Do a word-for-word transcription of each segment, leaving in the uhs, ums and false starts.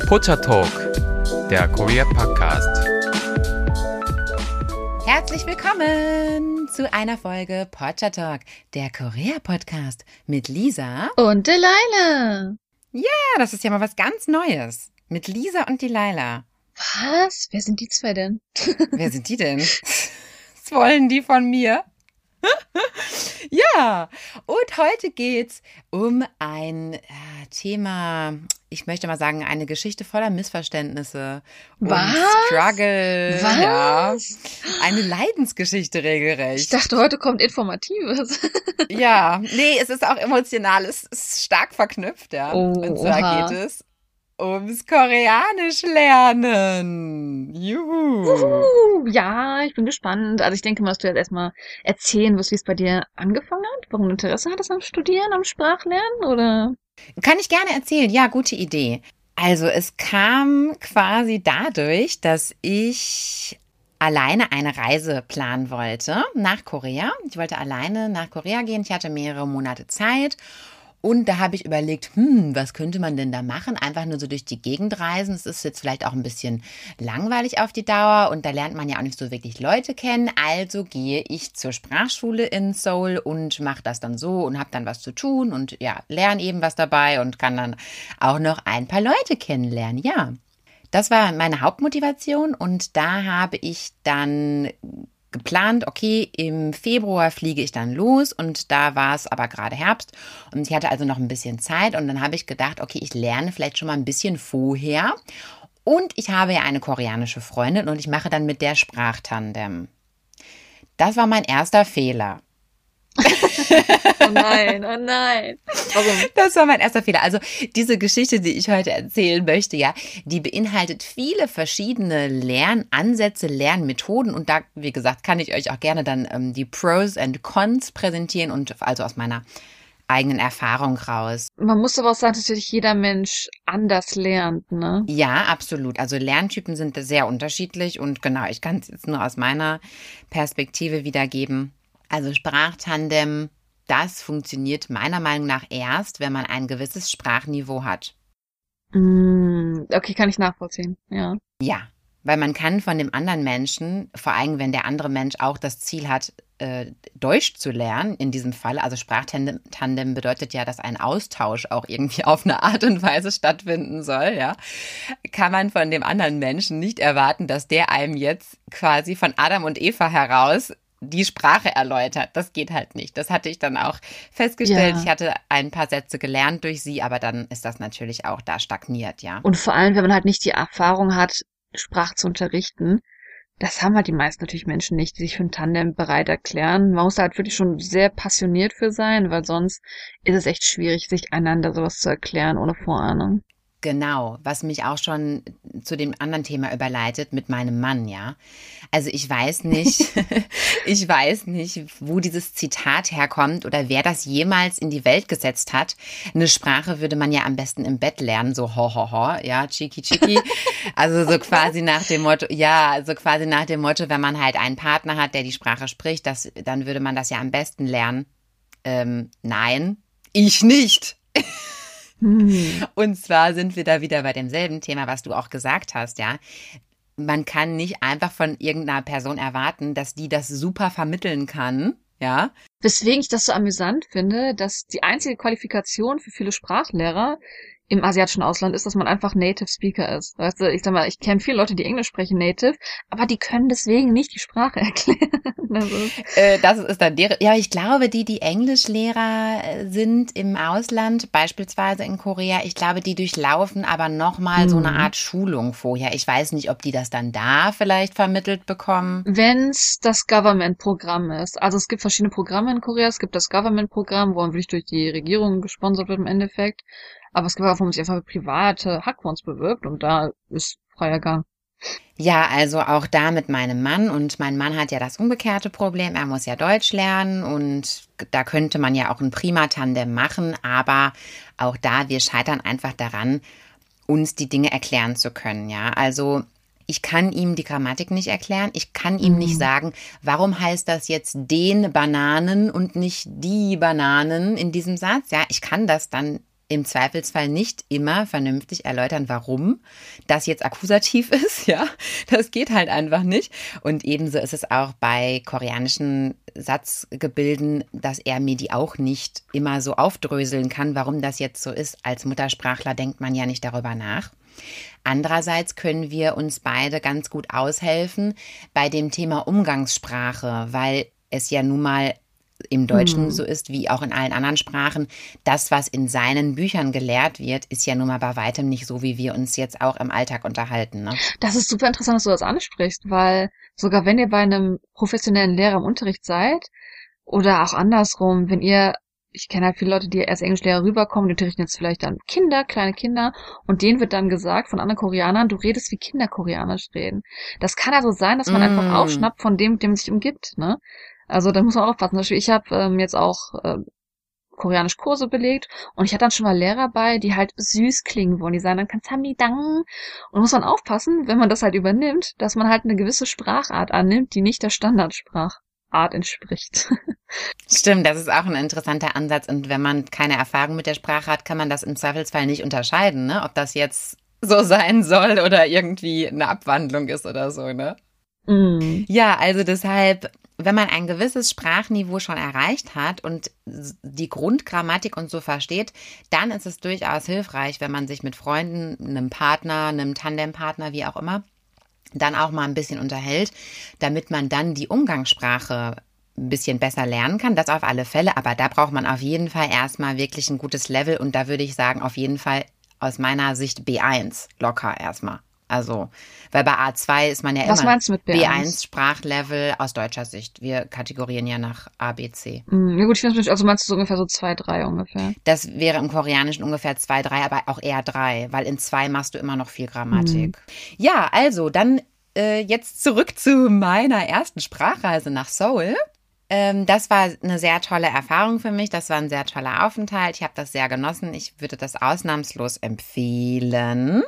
Pocha Talk, der Korea Podcast. Herzlich willkommen zu einer Folge Pocha Talk, der Korea Podcast mit Lisa und Delilah. Ja, das ist ja mal was ganz Neues. Mit Lisa und Delilah. Was? Wer sind die zwei denn? Wer sind die denn? Was wollen die von mir? Ja, und heute geht's um ein äh, Thema, ich möchte mal sagen, eine Geschichte voller Missverständnisse und Was? Struggle. Was? Ja, eine Leidensgeschichte regelrecht. Ich dachte, heute kommt Informatives. Ja, nee, es ist auch emotional, es ist stark verknüpft, ja. Oh, und zwar oha. geht es ums Koreanisch lernen. Juhu. Uh, ja, ich bin gespannt. Also ich denke mal, dass du jetzt erstmal erzählen wirst, wie es bei dir angefangen hat, warum du Interesse hattest am Studieren, am Sprachlernen, oder? Kann ich gerne erzählen, ja, gute Idee. Also es kam quasi dadurch, dass ich alleine eine Reise planen wollte nach Korea. Ich wollte alleine nach Korea gehen. Ich hatte mehrere Monate Zeit. Und da habe ich überlegt, hm, was könnte man denn da machen? Einfach nur so durch die Gegend reisen. Es ist jetzt vielleicht auch ein bisschen langweilig auf die Dauer und da lernt man ja auch nicht so wirklich Leute kennen. Also gehe ich zur Sprachschule in Seoul und mache das dann so und habe dann was zu tun und ja, lerne eben was dabei und kann dann auch noch ein paar Leute kennenlernen. Ja, das war meine Hauptmotivation und da habe ich dann geplant, okay, im Februar fliege ich dann los und da war es aber gerade Herbst und ich hatte also noch ein bisschen Zeit und dann habe ich gedacht, okay, ich lerne vielleicht schon mal ein bisschen vorher und ich habe ja eine koreanische Freundin und ich mache dann mit der Sprachtandem. Das war mein erster Fehler. Oh nein, oh nein. Warum? Das war mein erster Fehler. Also diese Geschichte, die ich heute erzählen möchte, ja, die beinhaltet viele verschiedene Lernansätze, Lernmethoden und da, wie gesagt, kann ich euch auch gerne dann ähm, die Pros and Cons präsentieren und also aus meiner eigenen Erfahrung raus. Man muss aber auch sagen, dass natürlich jeder Mensch anders lernt, ne? Ja, absolut. Also Lerntypen sind sehr unterschiedlich und genau, ich kann es jetzt nur aus meiner Perspektive wiedergeben. Also Sprachtandem, das funktioniert meiner Meinung nach erst, wenn man ein gewisses Sprachniveau hat. Mm, okay, kann ich nachvollziehen, ja. Ja, weil man kann von dem anderen Menschen, vor allem wenn der andere Mensch auch das Ziel hat, äh, Deutsch zu lernen, in diesem Fall, also Sprachtandem Tandem bedeutet ja, dass ein Austausch auch irgendwie auf eine Art und Weise stattfinden soll, ja, kann man von dem anderen Menschen nicht erwarten, dass der einem jetzt quasi von Adam und Eva heraus die Sprache erläutert. Das geht halt nicht. Das hatte ich dann auch festgestellt. Ja. Ich hatte ein paar Sätze gelernt durch sie, aber dann ist das natürlich auch da stagniert, ja. Und vor allem, wenn man halt nicht die Erfahrung hat, Sprache zu unterrichten, das haben halt die meisten natürlich Menschen nicht, die sich für ein Tandem bereit erklären. Man muss da halt wirklich schon sehr passioniert für sein, weil sonst ist es echt schwierig, sich einander sowas zu erklären ohne Vorahnung. Genau, was mich auch schon zu dem anderen Thema überleitet mit meinem Mann, ja. Also ich weiß nicht, ich weiß nicht, wo dieses Zitat herkommt oder wer das jemals in die Welt gesetzt hat. Eine Sprache würde man ja am besten im Bett lernen, so ho ho ho, ja, chiki chiki. Also so quasi nach dem Motto, ja, so quasi nach dem Motto, wenn man halt einen Partner hat, der die Sprache spricht, das, dann würde man das ja am besten lernen. Ähm, nein, ich nicht. Hm. Und zwar sind wir da wieder bei demselben Thema, was du auch gesagt hast, ja. Man kann nicht einfach von irgendeiner Person erwarten, dass die das super vermitteln kann, ja. Weswegen ich das so amüsant finde, dass die einzige Qualifikation für viele Sprachlehrer im asiatischen Ausland ist, dass man einfach Native Speaker ist. Weißt du, ich sag mal, ich kenne viele Leute, die Englisch sprechen Native, aber die können deswegen nicht die Sprache erklären. Also, Äh, das ist dann deren, ja, ich glaube, die, die Englischlehrer äh, sind im Ausland, beispielsweise in Korea, ich glaube, die durchlaufen aber nochmal so eine Mhm. Art Schulung vorher. Ich weiß nicht, ob die das dann da vielleicht vermittelt bekommen. wenn's das Government-Programm ist, also es gibt verschiedene Programme in Korea, es gibt das Government-Programm, wo man wirklich durch die Regierung gesponsert wird im Endeffekt, aber es gibt auch, wo man sich einfach für private Hackathons bewirbt und da ist freier Gang. Ja, also auch da mit meinem Mann und mein Mann hat ja das umgekehrte Problem, er muss ja Deutsch lernen und da könnte man ja auch ein Prima-Tandem machen, aber auch da, wir scheitern einfach daran, uns die Dinge erklären zu können, ja, also ich kann ihm die Grammatik nicht erklären, ich kann ihm Mhm. nicht sagen, warum heißt das jetzt den Bananen und nicht die Bananen in diesem Satz, ja, ich kann das dann im Zweifelsfall nicht immer vernünftig erläutern, warum das jetzt Akkusativ ist, ja. Das geht halt einfach nicht. Und ebenso ist es auch bei koreanischen Satzgebilden, dass er mir die auch nicht immer so aufdröseln kann, warum das jetzt so ist. Als Muttersprachler denkt man ja nicht darüber nach. Andererseits können wir uns beide ganz gut aushelfen bei dem Thema Umgangssprache, weil es ja nun mal im Deutschen hm. so ist, wie auch in allen anderen Sprachen. Das, was in seinen Büchern gelehrt wird, ist ja nun mal bei weitem nicht so, wie wir uns jetzt auch im Alltag unterhalten. Ne? Das ist super interessant, dass du das ansprichst, weil sogar wenn ihr bei einem professionellen Lehrer im Unterricht seid oder auch andersrum, wenn ihr, ich kenne halt viele Leute, die als Englischlehrer rüberkommen, die unterrichten jetzt vielleicht dann Kinder, kleine Kinder, und denen wird dann gesagt von anderen Koreanern, du redest wie Kinder Koreanisch reden. Das kann also sein, dass man mm. einfach aufschnappt von dem, mit dem man sich umgibt, ne? Also da muss man aufpassen. Zum Beispiel, ich habe ähm, jetzt auch ähm, koreanisch Kurse belegt und ich hatte dann schon mal Lehrer bei, die halt süß klingen wollen. Die sagen dann Kamsahamnida. Und muss man aufpassen, wenn man das halt übernimmt, dass man halt eine gewisse Sprachart annimmt, die nicht der Standardsprachart entspricht. Stimmt, das ist auch ein interessanter Ansatz. Und wenn man keine Erfahrung mit der Sprache hat, kann man das im Zweifelsfall nicht unterscheiden, ne? Ob das jetzt so sein soll oder irgendwie eine Abwandlung ist oder so, ne? Mm. Ja, also deshalb, wenn man ein gewisses Sprachniveau schon erreicht hat und die Grundgrammatik und so versteht, dann ist es durchaus hilfreich, wenn man sich mit Freunden, einem Partner, einem Tandempartner, wie auch immer, dann auch mal ein bisschen unterhält, damit man dann die Umgangssprache ein bisschen besser lernen kann. Das auf alle Fälle, aber da braucht man auf jeden Fall erstmal wirklich ein gutes Level und da würde ich sagen, auf jeden Fall aus meiner Sicht B eins locker erstmal. Also, weil bei A zwei ist man ja Was immer meinst du mit B eins? B eins Sprachlevel aus deutscher Sicht. Wir kategorieren ja nach A, B, C. Ja gut, ich finde es, also meinst du so ungefähr so zwei, drei ungefähr? Das wäre im Koreanischen ungefähr zwei, drei, aber auch eher drei, weil in zwei machst du immer noch viel Grammatik. Mhm. Ja, also dann äh, jetzt zurück zu meiner ersten Sprachreise nach Seoul. Ähm, das war eine sehr tolle Erfahrung für mich. Das war ein sehr toller Aufenthalt. Ich habe das sehr genossen. Ich würde das ausnahmslos empfehlen.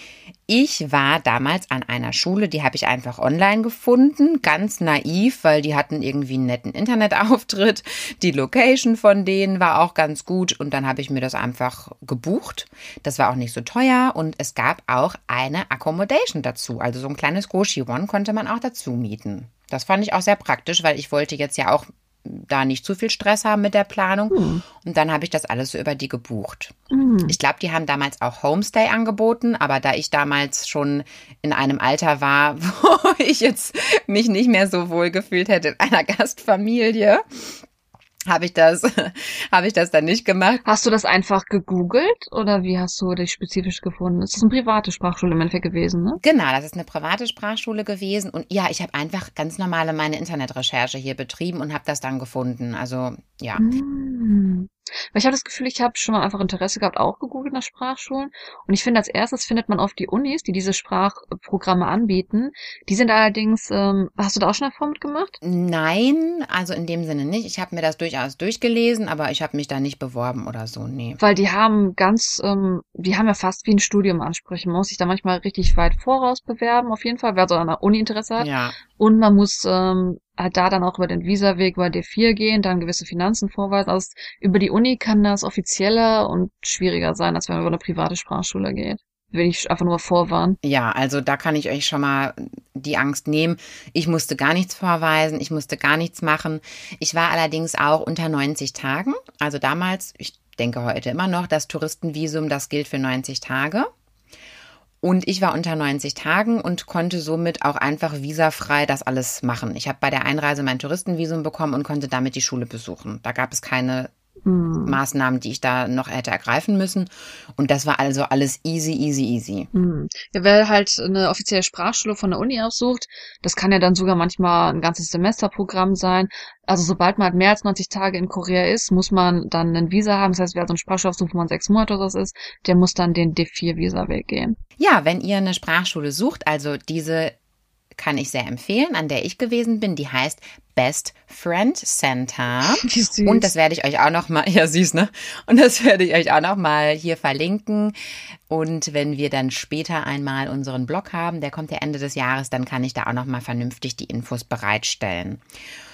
Ich war damals an einer Schule, die habe ich einfach online gefunden, ganz naiv, weil die hatten irgendwie einen netten Internetauftritt. Die Location von denen war auch ganz gut und dann habe ich mir das einfach gebucht. Das war auch nicht so teuer und es gab auch eine Accommodation dazu, also so ein kleines Goshi-Won konnte man auch dazu mieten. Das fand ich auch sehr praktisch, weil ich wollte jetzt ja auch da nicht zu viel Stress haben mit der Planung. Hm. Und dann habe ich das alles so über die gebucht. Hm. Ich glaube, die haben damals auch Homestay angeboten, aber da ich damals schon in einem Alter war, wo ich jetzt mich nicht mehr so wohl gefühlt hätte in einer Gastfamilie, habe ich das, habe ich das dann nicht gemacht. Hast du das einfach gegoogelt oder wie hast du dich spezifisch gefunden? Es ist eine private Sprachschule im Endeffekt gewesen, ne? Genau, das ist eine private Sprachschule gewesen und ja, ich habe einfach ganz normale meine Internetrecherche hier betrieben und habe das dann gefunden. Also ja. Hm. Weil ich habe das Gefühl, ich habe schon mal einfach Interesse gehabt, auch gegoogelt nach Sprachschulen. Und ich finde, als erstes findet man oft die Unis, die diese Sprachprogramme anbieten. Die sind allerdings, ähm, hast du da auch schon Erfahrung mitgemacht? Nein, also in dem Sinne nicht. Ich habe mir das durchaus durchgelesen, aber ich habe mich da nicht beworben oder so, nee. Weil die haben ganz, ähm, die haben ja fast wie ein Studium Ansprüche. Man muss sich da manchmal richtig weit voraus bewerben, auf jeden Fall, wer so an der Uni Interesse hat. Ja. Und man muss ähm, halt da dann auch über den Visaweg, über D vier gehen, dann gewisse Finanzen vorweisen. Also über die Uni kann das offizieller und schwieriger sein, als wenn man über eine private Sprachschule geht. Will ich einfach nur vorwarnen. Ja, also da kann ich euch schon mal die Angst nehmen. Ich musste gar nichts vorweisen, ich musste gar nichts machen. Ich war allerdings auch unter neunzig Tagen. Also damals, ich denke heute immer noch, das Touristenvisum, das gilt für neunzig Tage. Und ich war unter neunzig Tagen und konnte somit auch einfach visafrei das alles machen. Ich habe bei der Einreise mein Touristenvisum bekommen und konnte damit die Schule besuchen. Da gab es keine hm. Maßnahmen, die ich da noch hätte ergreifen müssen. Und das war also alles easy, easy, easy. Hm. Ja, wer halt eine offizielle Sprachschule von der Uni aussucht, das kann ja dann sogar manchmal ein ganzes Semesterprogramm sein. Also sobald man halt mehr als neunzig Tage in Korea ist, muss man dann ein Visa haben. Das heißt, wer so einen Sprachschule aussucht, wo man sechs Monate oder so ist, der muss dann den D vier Visaweg gehen. Ja, wenn ihr eine Sprachschule sucht, also diese kann ich sehr empfehlen, an der ich gewesen bin, die heißt Best Friend Center. Wie süß. Und das werde ich euch auch noch mal, ja süß, ne? Und das werde ich euch auch noch mal hier verlinken. Und wenn wir dann später einmal unseren Blog haben, der kommt ja Ende des Jahres, dann kann ich da auch noch mal vernünftig die Infos bereitstellen.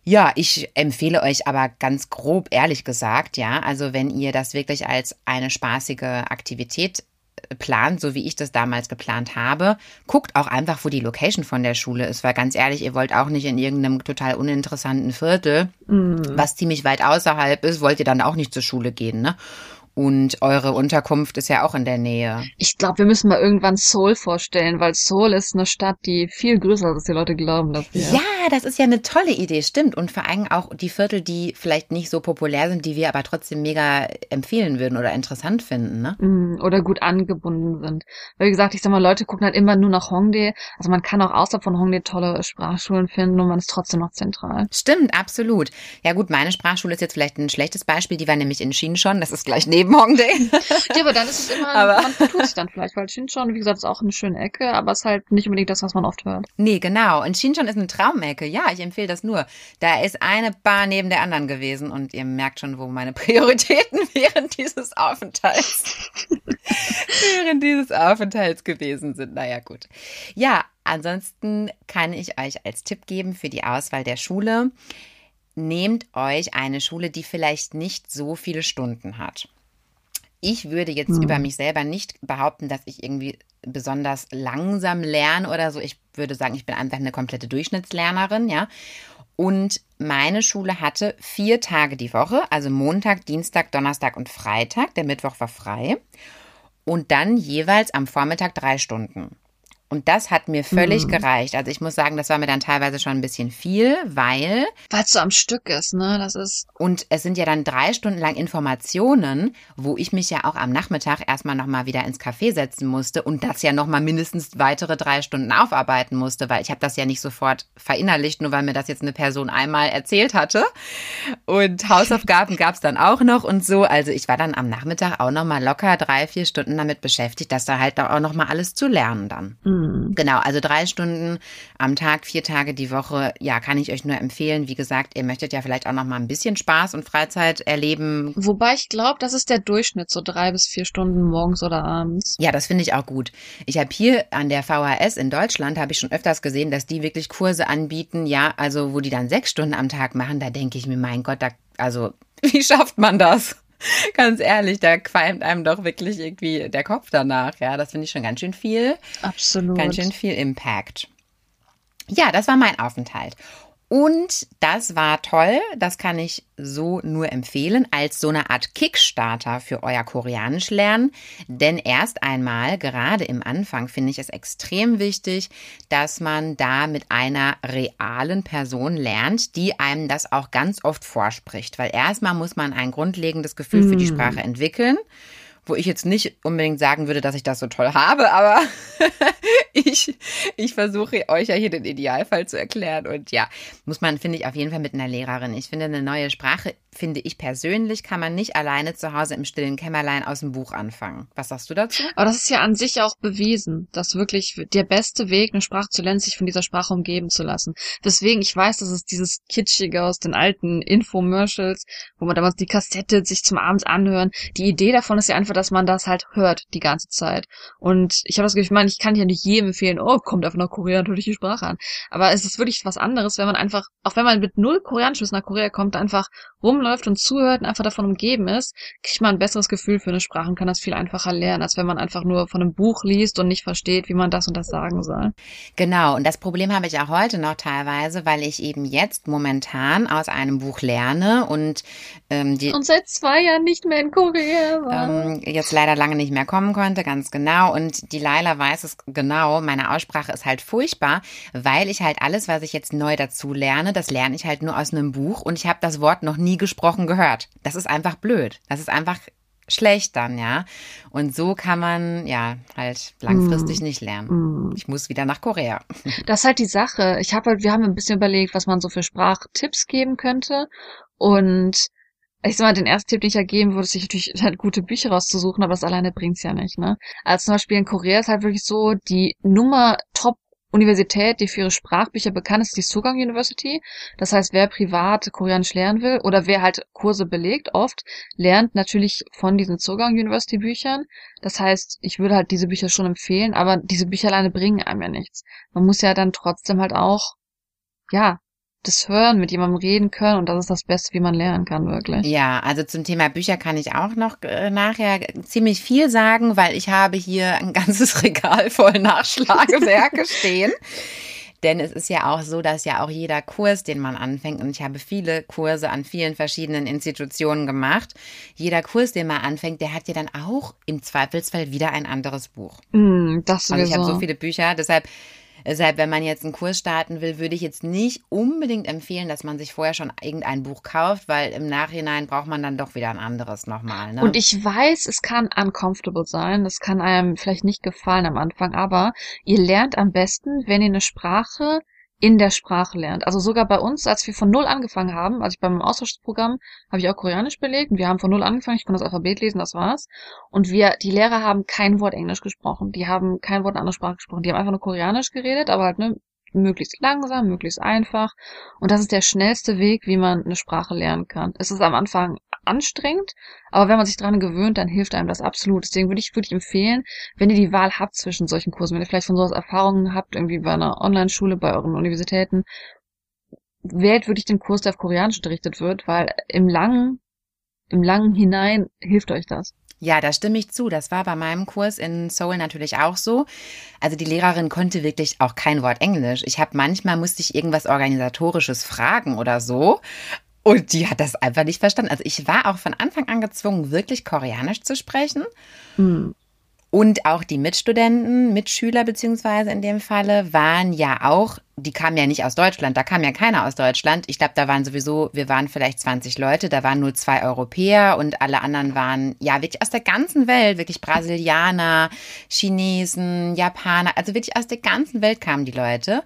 Ja, ich empfehle euch aber ganz grob, ehrlich gesagt, ja, also wenn ihr das wirklich als eine spaßige Aktivität plant, so wie ich das damals geplant habe, guckt auch einfach, wo die Location von der Schule ist, weil ganz ehrlich, ihr wollt auch nicht in irgendeinem total uninteressanten Viertel, Mm. was ziemlich weit außerhalb ist, wollt ihr dann auch nicht zur Schule gehen, ne? Und eure Unterkunft ist ja auch in der Nähe. Ich glaube, wir müssen mal irgendwann Seoul vorstellen, weil Seoul ist eine Stadt, die viel größer ist, als die Leute glauben, dass sie ist. Ja, das ist ja eine tolle Idee, stimmt. Und vor allem auch die Viertel, die vielleicht nicht so populär sind, die wir aber trotzdem mega empfehlen würden oder interessant finden, ne? Mm, Oder gut angebunden sind. Weil, wie gesagt, ich sag mal, Leute gucken halt immer nur nach Hongdae. Also man kann auch außerhalb von Hongdae tolle Sprachschulen finden und man ist trotzdem noch zentral. Stimmt, absolut. Ja gut, meine Sprachschule ist jetzt vielleicht ein schlechtes Beispiel. Die war nämlich in Shinchon. Das ist gleich neben Hongdae. Ja, aber dann ist es immer, Aber- man vertut sich dann vielleicht, weil Shinchon, wie gesagt, ist auch eine schöne Ecke, aber ist halt nicht unbedingt das, was man oft hört. Nee, genau. Und Shinchon ist eine Traumecke. Ja, ich empfehle das nur. Da ist eine Bar neben der anderen gewesen und ihr merkt schon, wo meine Prioritäten während dieses Aufenthalts während dieses Aufenthalts gewesen sind. Naja, gut. Ja, ansonsten kann ich euch als Tipp geben für die Auswahl der Schule: Nehmt euch eine Schule, die vielleicht nicht so viele Stunden hat. Ich würde jetzt Hm. über mich selber nicht behaupten, dass ich irgendwie besonders langsam lerne oder so. Ich würde sagen, ich bin einfach eine komplette Durchschnittslernerin, ja. Und meine Schule hatte vier Tage die Woche, also Montag, Dienstag, Donnerstag und Freitag. Der Mittwoch war frei. Und dann jeweils am Vormittag drei Stunden. Und das hat mir völlig Mhm. gereicht. Also ich muss sagen, das war mir dann teilweise schon ein bisschen viel, weil, Weil es so am Stück ist, ne? Das ist, und es sind ja dann drei Stunden lang Informationen, wo ich mich ja auch am Nachmittag erstmal nochmal wieder ins Café setzen musste und das ja nochmal mindestens weitere drei Stunden aufarbeiten musste, weil ich habe das ja nicht sofort verinnerlicht, nur weil mir das jetzt eine Person einmal erzählt hatte. Und Hausaufgaben gab es dann auch noch und so. Also ich war dann am Nachmittag auch nochmal locker drei, vier Stunden damit beschäftigt, das da halt auch nochmal alles zu lernen dann. mm. Genau, also drei Stunden am Tag, vier Tage die Woche, ja, kann ich euch nur empfehlen. Wie gesagt, ihr möchtet ja vielleicht auch noch mal ein bisschen Spaß und Freizeit erleben. Wobei ich glaube, das ist der Durchschnitt, so drei bis vier Stunden morgens oder abends. Ja, das finde ich auch gut. Ich habe hier an der V H S in Deutschland, habe ich schon öfters gesehen, dass die wirklich Kurse anbieten, ja, also wo die dann sechs Stunden am Tag machen. Da denke ich mir, mein Gott, da, also wie schafft man das? Ganz ehrlich, da qualmt einem doch wirklich irgendwie der Kopf danach. Ja, das finde ich schon ganz schön viel. Absolut. Ganz schön viel Impact. Ja, das war mein Aufenthalt. Und das war toll, das kann ich so nur empfehlen, als so eine Art Kickstarter für euer Koreanisch lernen. Denn erst einmal, gerade im Anfang, finde ich es extrem wichtig, dass man da mit einer realen Person lernt, die einem das auch ganz oft vorspricht. Weil erstmal muss man ein grundlegendes Gefühl für die Sprache entwickeln, wo ich jetzt nicht unbedingt sagen würde, dass ich das so toll habe, aber ich, ich versuche euch ja hier den Idealfall zu erklären. Und ja, muss man, finde ich, auf jeden Fall mit einer Lehrerin. Ich finde, eine neue Sprache, finde ich persönlich, kann man nicht alleine zu Hause im stillen Kämmerlein aus dem Buch anfangen. Was sagst du dazu? Aber das ist ja an sich auch bewiesen, dass wirklich der beste Weg, eine Sprache zu lernen, sich von dieser Sprache umgeben zu lassen. Deswegen, ich weiß, dass es dieses Kitschige aus den alten Infomercials, wo man damals die Kassette sich zum Abend anhören. Die Idee davon ist ja einfach, dass man das halt hört die ganze Zeit. Und ich habe das Gefühl, ich meine, ich kann ja nicht jedem empfehlen, oh, kommt einfach nach Korea und hört euch die Sprache an. Aber es ist wirklich was anderes, wenn man einfach, auch wenn man mit null Koreanischwissen nach Korea kommt, einfach rumläuft und zuhört und einfach davon umgeben ist, kriegt man ein besseres Gefühl für eine Sprache und kann das viel einfacher lernen, als wenn man einfach nur von einem Buch liest und nicht versteht, wie man das und das sagen soll. Genau, und das Problem habe ich auch heute noch teilweise, weil ich eben jetzt momentan aus einem Buch lerne und ähm, die Und seit zwei Jahren nicht mehr in Korea war. ähm, jetzt leider lange nicht mehr kommen konnte, ganz genau. Und die Laila weiß es genau, meine Aussprache ist halt furchtbar, weil ich halt alles, was ich jetzt neu dazu lerne, das lerne ich halt nur aus einem Buch und ich habe das Wort noch nie gesprochen gehört. Das ist einfach blöd. Das ist einfach schlecht dann, ja. Und so kann man ja halt langfristig nicht lernen. Ich muss wieder nach Korea. Das ist halt die Sache. Ich habe halt, wir haben ein bisschen überlegt, was man so für Sprachtipps geben könnte. Und ich sag mal, den ersten Tipp, den ich ja geben würde, ist sich natürlich halt gute Bücher rauszusuchen, aber das alleine bringt's ja nicht, ne? Also zum Beispiel in Korea ist halt wirklich so, die Nummer Top Universität, die für ihre Sprachbücher bekannt ist, die Sogang University. Das heißt, wer privat Koreanisch lernen will oder wer halt Kurse belegt, oft lernt natürlich von diesen Sogang University Büchern. Das heißt, ich würde halt diese Bücher schon empfehlen, aber diese Bücher alleine bringen einem ja nichts. Man muss ja dann trotzdem halt auch, ja, das Hören, mit jemandem reden können und das ist das Beste, wie man lernen kann, wirklich. Ja, also zum Thema Bücher kann ich auch noch äh, nachher ziemlich viel sagen, weil ich habe hier ein ganzes Regal voll Nachschlagewerke stehen. Denn es ist ja auch so, dass ja auch jeder Kurs, den man anfängt, und ich habe viele Kurse an vielen verschiedenen Institutionen gemacht, jeder Kurs, den man anfängt, der hat ja dann auch im Zweifelsfall wieder ein anderes Buch. Mm, das Also ich sowieso. habe so viele Bücher, deshalb, deshalb, wenn man jetzt einen Kurs starten will, würde ich jetzt nicht unbedingt empfehlen, dass man sich vorher schon irgendein Buch kauft, weil im Nachhinein braucht man dann doch wieder ein anderes nochmal. Ne? Und ich weiß, es kann uncomfortable sein, das kann einem vielleicht nicht gefallen am Anfang, aber ihr lernt am besten, wenn ihr eine Sprache in der Sprache lernt. Also sogar bei uns, als wir von Null angefangen haben, als ich beim Austauschprogramm, habe ich auch Koreanisch belegt und wir haben von Null angefangen, ich konnte das Alphabet lesen, das war's. Und wir, die Lehrer haben kein Wort Englisch gesprochen, die haben kein Wort eine andere Sprache gesprochen, die haben einfach nur Koreanisch geredet, aber halt ne, möglichst langsam, möglichst einfach. Und das ist der schnellste Weg, wie man eine Sprache lernen kann. Es ist am Anfang anstrengend, aber wenn man sich dran gewöhnt, dann hilft einem das absolut. Deswegen würde ich wirklich empfehlen, wenn ihr die Wahl habt zwischen solchen Kursen, wenn ihr vielleicht von sowas Erfahrungen habt, irgendwie bei einer Online-Schule, bei euren Universitäten, wählt wirklich den Kurs, der auf Koreanisch unterrichtet wird, weil im langen, im langen hinein hilft euch das. Ja, da stimme ich zu. Das war bei meinem Kurs in Seoul natürlich auch so. Also die Lehrerin konnte wirklich auch kein Wort Englisch. Ich habe manchmal musste ich irgendwas Organisatorisches fragen oder so. Und die hat das einfach nicht verstanden. Also ich war auch von Anfang an gezwungen, wirklich Koreanisch zu sprechen. Mhm. Und auch die Mitstudenten, Mitschüler beziehungsweise in dem Falle, waren ja auch, die kamen ja nicht aus Deutschland, da kam ja keiner aus Deutschland. Ich glaube, da waren sowieso, wir waren vielleicht zwanzig Leute, da waren nur zwei Europäer und alle anderen waren ja wirklich aus der ganzen Welt, wirklich Brasilianer, Chinesen, Japaner, also wirklich aus der ganzen Welt kamen die Leute.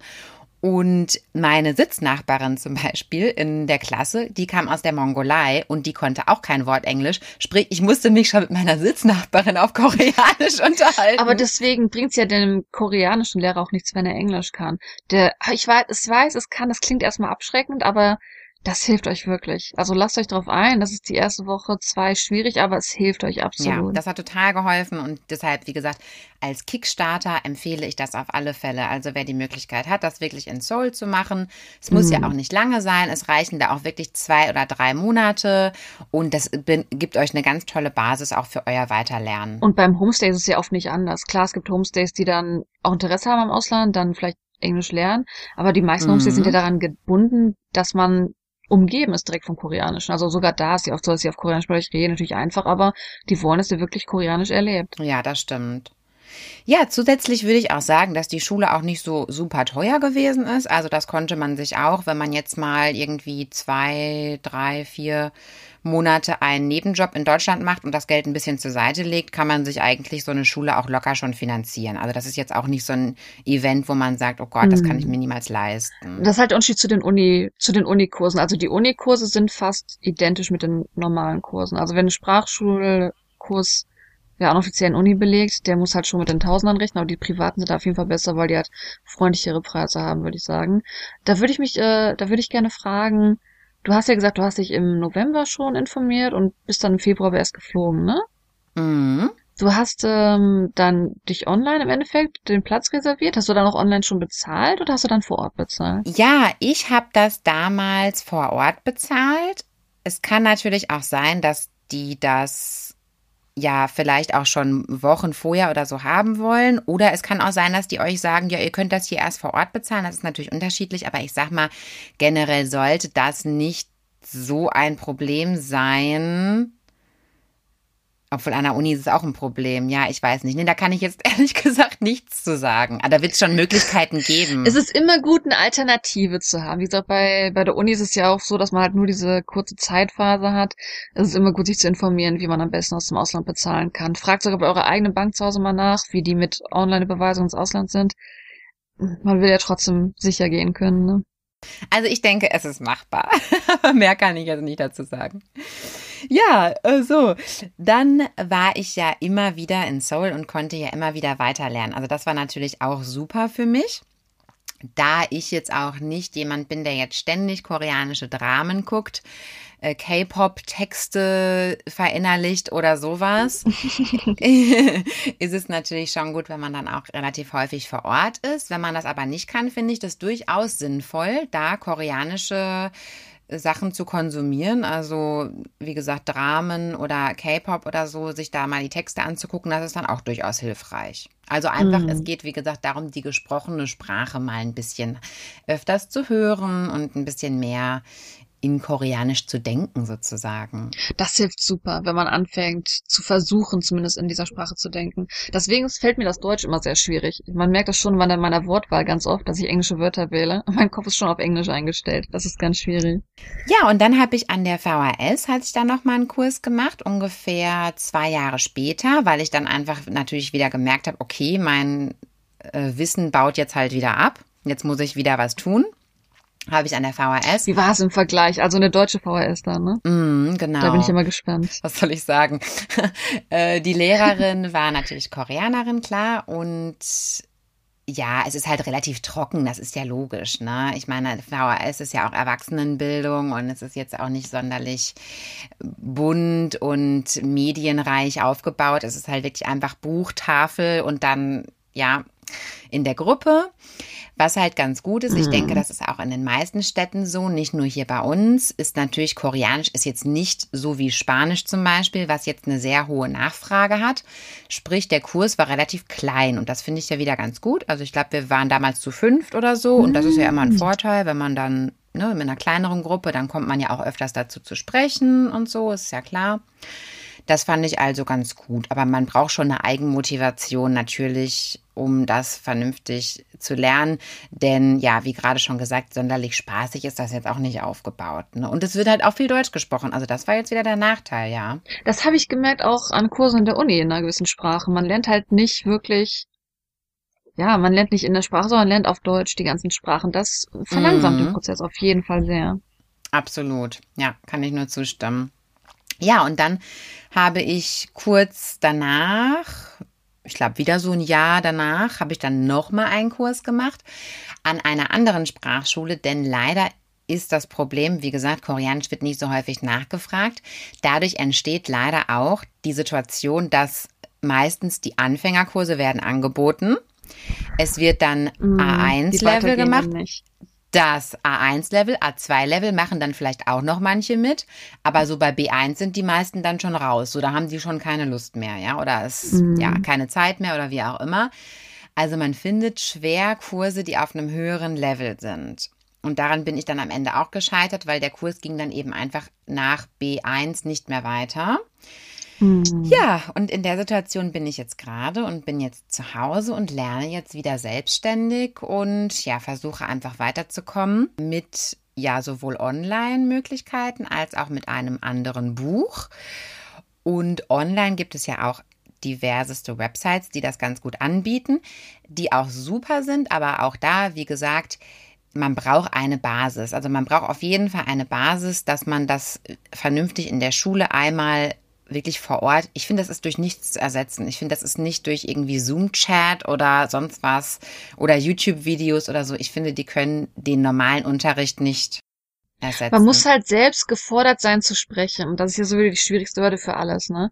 Und meine Sitznachbarin zum Beispiel in der Klasse, die kam aus der Mongolei und die konnte auch kein Wort Englisch. Sprich, ich musste mich schon mit meiner Sitznachbarin auf Koreanisch unterhalten. Aber deswegen bringt's ja dem koreanischen Lehrer auch nichts, wenn er Englisch kann. Der, ich weiß, es weiß, es kann, das klingt erstmal abschreckend, aber das hilft euch wirklich. Also lasst euch drauf ein, das ist die erste Woche, zwei schwierig, aber es hilft euch absolut. Ja, das hat total geholfen und deshalb, wie gesagt, als Kickstarter empfehle ich das auf alle Fälle. Also wer die Möglichkeit hat, das wirklich in Seoul zu machen, es muss Mhm. ja auch nicht lange sein, es reichen da auch wirklich zwei oder drei Monate und das bin, gibt euch eine ganz tolle Basis auch für euer Weiterlernen. Und beim Homestay ist es ja oft nicht anders. Klar, es gibt Homestays, die dann auch Interesse haben am Ausland, dann vielleicht Englisch lernen, aber die meisten Mhm. Homestays sind ja daran gebunden, dass man umgeben ist direkt vom Koreanischen. Also sogar da ist ja oft so, dass sie auf Koreanisch bei euch reden, natürlich einfach, aber die wollen, dass ihr wirklich Koreanisch erlebt. Ja, das stimmt. Ja, zusätzlich würde ich auch sagen, dass die Schule auch nicht so super teuer gewesen ist. Also das konnte man sich auch, wenn man jetzt mal irgendwie zwei, drei, vier Monate einen Nebenjob in Deutschland macht und das Geld ein bisschen zur Seite legt, kann man sich eigentlich so eine Schule auch locker schon finanzieren. Also das ist jetzt auch nicht so ein Event, wo man sagt, oh Gott, das kann ich mir niemals leisten. Das ist halt der Unterschied zu den Uni, zu den Unikursen. Also die Unikurse sind fast identisch mit den normalen Kursen. Also wenn ein Sprachschulkurs ja, einen offiziellen Uni belegt, der muss halt schon mit den Tausendern rechnen, aber die privaten sind auf jeden Fall besser, weil die halt freundlichere Preise haben, würde ich sagen. Da würde ich mich, äh, da würde ich gerne fragen, du hast ja gesagt, du hast dich im November schon informiert und bist dann im Februar aber erst geflogen, ne? Mhm. Du hast ähm, dann dich online im Endeffekt den Platz reserviert. Hast du dann auch online schon bezahlt oder hast du dann vor Ort bezahlt? Ja, ich habe das damals vor Ort bezahlt. Es kann natürlich auch sein, dass die das ja vielleicht auch schon Wochen vorher oder so haben wollen. Oder es kann auch sein, dass die euch sagen, ja, ihr könnt das hier erst vor Ort bezahlen. Das ist natürlich unterschiedlich, aber ich sag mal, generell sollte das nicht so ein Problem sein. Obwohl an der Uni ist es auch ein Problem. Ja, ich weiß nicht. Nee, da kann ich jetzt ehrlich gesagt nichts zu sagen. Aber da wird es schon Möglichkeiten geben. Es ist immer gut, eine Alternative zu haben. Wie gesagt, bei, bei der Uni ist es ja auch so, dass man halt nur diese kurze Zeitphase hat. Es ist immer gut, sich zu informieren, wie man am besten aus dem Ausland bezahlen kann. Fragt sogar bei eurer eigenen Bank zu Hause mal nach, wie die mit Online-Überweisungen ins Ausland sind. Man will ja trotzdem sicher gehen können, ne? Also ich denke, es ist machbar. Aber mehr kann ich jetzt nicht dazu sagen. Ja, so. Dann war ich ja immer wieder in Seoul und konnte ja immer wieder weiterlernen. Also das war natürlich auch super für mich. Da ich jetzt auch nicht jemand bin, der jetzt ständig koreanische Dramen guckt, äh, K-Pop-Texte verinnerlicht oder sowas, ist es natürlich schon gut, wenn man dann auch relativ häufig vor Ort ist. Wenn man das aber nicht kann, finde ich das durchaus sinnvoll, da koreanische Sachen zu konsumieren, also wie gesagt Dramen oder K-Pop oder so, sich da mal die Texte anzugucken, das ist dann auch durchaus hilfreich. Also einfach, mm. es geht wie gesagt darum, die gesprochene Sprache mal ein bisschen öfters zu hören und ein bisschen mehr in Koreanisch zu denken sozusagen. Das hilft super, wenn man anfängt zu versuchen, zumindest in dieser Sprache zu denken. Deswegen fällt mir das Deutsch immer sehr schwierig. Man merkt das schon in meiner Wortwahl ganz oft, dass ich englische Wörter wähle. Und mein Kopf ist schon auf Englisch eingestellt. Das ist ganz schwierig. Ja, und dann habe ich an der V H S, hatte ich dann nochmal einen Kurs gemacht, ungefähr zwei Jahre später, weil ich dann einfach natürlich wieder gemerkt habe, okay, mein äh, Wissen baut jetzt halt wieder ab. Jetzt muss ich wieder was tun. Habe ich an der V H S. Wie war es im Vergleich? Also eine deutsche V H S da, ne? Mm, genau. Da bin ich immer gespannt. Was soll ich sagen? äh, die Lehrerin war natürlich Koreanerin, klar. Und ja, es ist halt relativ trocken. Das ist ja logisch, ne? Ich meine, V H S ist ja auch Erwachsenenbildung und es ist jetzt auch nicht sonderlich bunt und medienreich aufgebaut. Es ist halt wirklich einfach Buchtafel und dann, ja, in der Gruppe. Was halt ganz gut ist, ich denke, das ist auch in den meisten Städten so, nicht nur hier bei uns, ist natürlich Koreanisch ist jetzt nicht so wie Spanisch zum Beispiel, was jetzt eine sehr hohe Nachfrage hat. Sprich, der Kurs war relativ klein und das finde ich ja wieder ganz gut. Also ich glaube, wir waren damals zu fünft oder so und das ist ja immer ein Vorteil, wenn man dann, ne, mit einer kleineren Gruppe, dann kommt man ja auch öfters dazu zu sprechen und so, ist ja klar. Das fand ich also ganz gut. Aber man braucht schon eine Eigenmotivation natürlich, um das vernünftig zu lernen. Denn ja, wie gerade schon gesagt, sonderlich spaßig ist das jetzt auch nicht aufgebaut. Ne? Und es wird halt auch viel Deutsch gesprochen. Also das war jetzt wieder der Nachteil, ja. Das habe ich gemerkt auch an Kursen in der Uni in einer gewissen Sprache. Man lernt halt nicht wirklich, ja, man lernt nicht in der Sprache, sondern lernt auf Deutsch die ganzen Sprachen. Das verlangsamt Mhm. den Prozess auf jeden Fall sehr. Absolut. Ja, kann ich nur zustimmen. Ja, und dann habe ich kurz danach, ich glaube wieder so ein Jahr danach, habe ich dann nochmal einen Kurs gemacht an einer anderen Sprachschule, denn leider ist das Problem, wie gesagt, Koreanisch wird nicht so häufig nachgefragt. Dadurch entsteht leider auch die Situation, dass meistens die Anfängerkurse werden angeboten. Es wird dann Mm, A eins die Level weitergehenden gemacht. nicht. Das A eins Level, A zwei Level machen dann vielleicht auch noch manche mit, aber so bei B eins sind die meisten dann schon raus. So, da haben die schon keine Lust mehr, ja, oder es, Mhm. ja, keine Zeit mehr oder wie auch immer. Also man findet schwer Kurse, die auf einem höheren Level sind. Und daran bin ich dann am Ende auch gescheitert, weil der Kurs ging dann eben einfach nach B eins nicht mehr weiter. Mhm. Ja, und in der Situation bin ich jetzt gerade und bin jetzt zu Hause und lerne jetzt wieder selbstständig und ja, versuche einfach weiterzukommen mit ja sowohl Online-Möglichkeiten als auch mit einem anderen Buch. Und online gibt es ja auch diverseste Websites, die das ganz gut anbieten, die auch super sind, aber auch da, wie gesagt, man braucht eine Basis. Also man braucht auf jeden Fall eine Basis, dass man das vernünftig in der Schule einmal wirklich vor Ort, ich finde, das ist durch nichts zu ersetzen. Ich finde, das ist nicht durch irgendwie Zoom-Chat oder sonst was oder YouTube-Videos oder so. Ich finde, die können den normalen Unterricht nicht ersetzen. Man muss halt selbst gefordert sein zu sprechen. Und das ist ja so die schwierigste Hürde für alles, ne?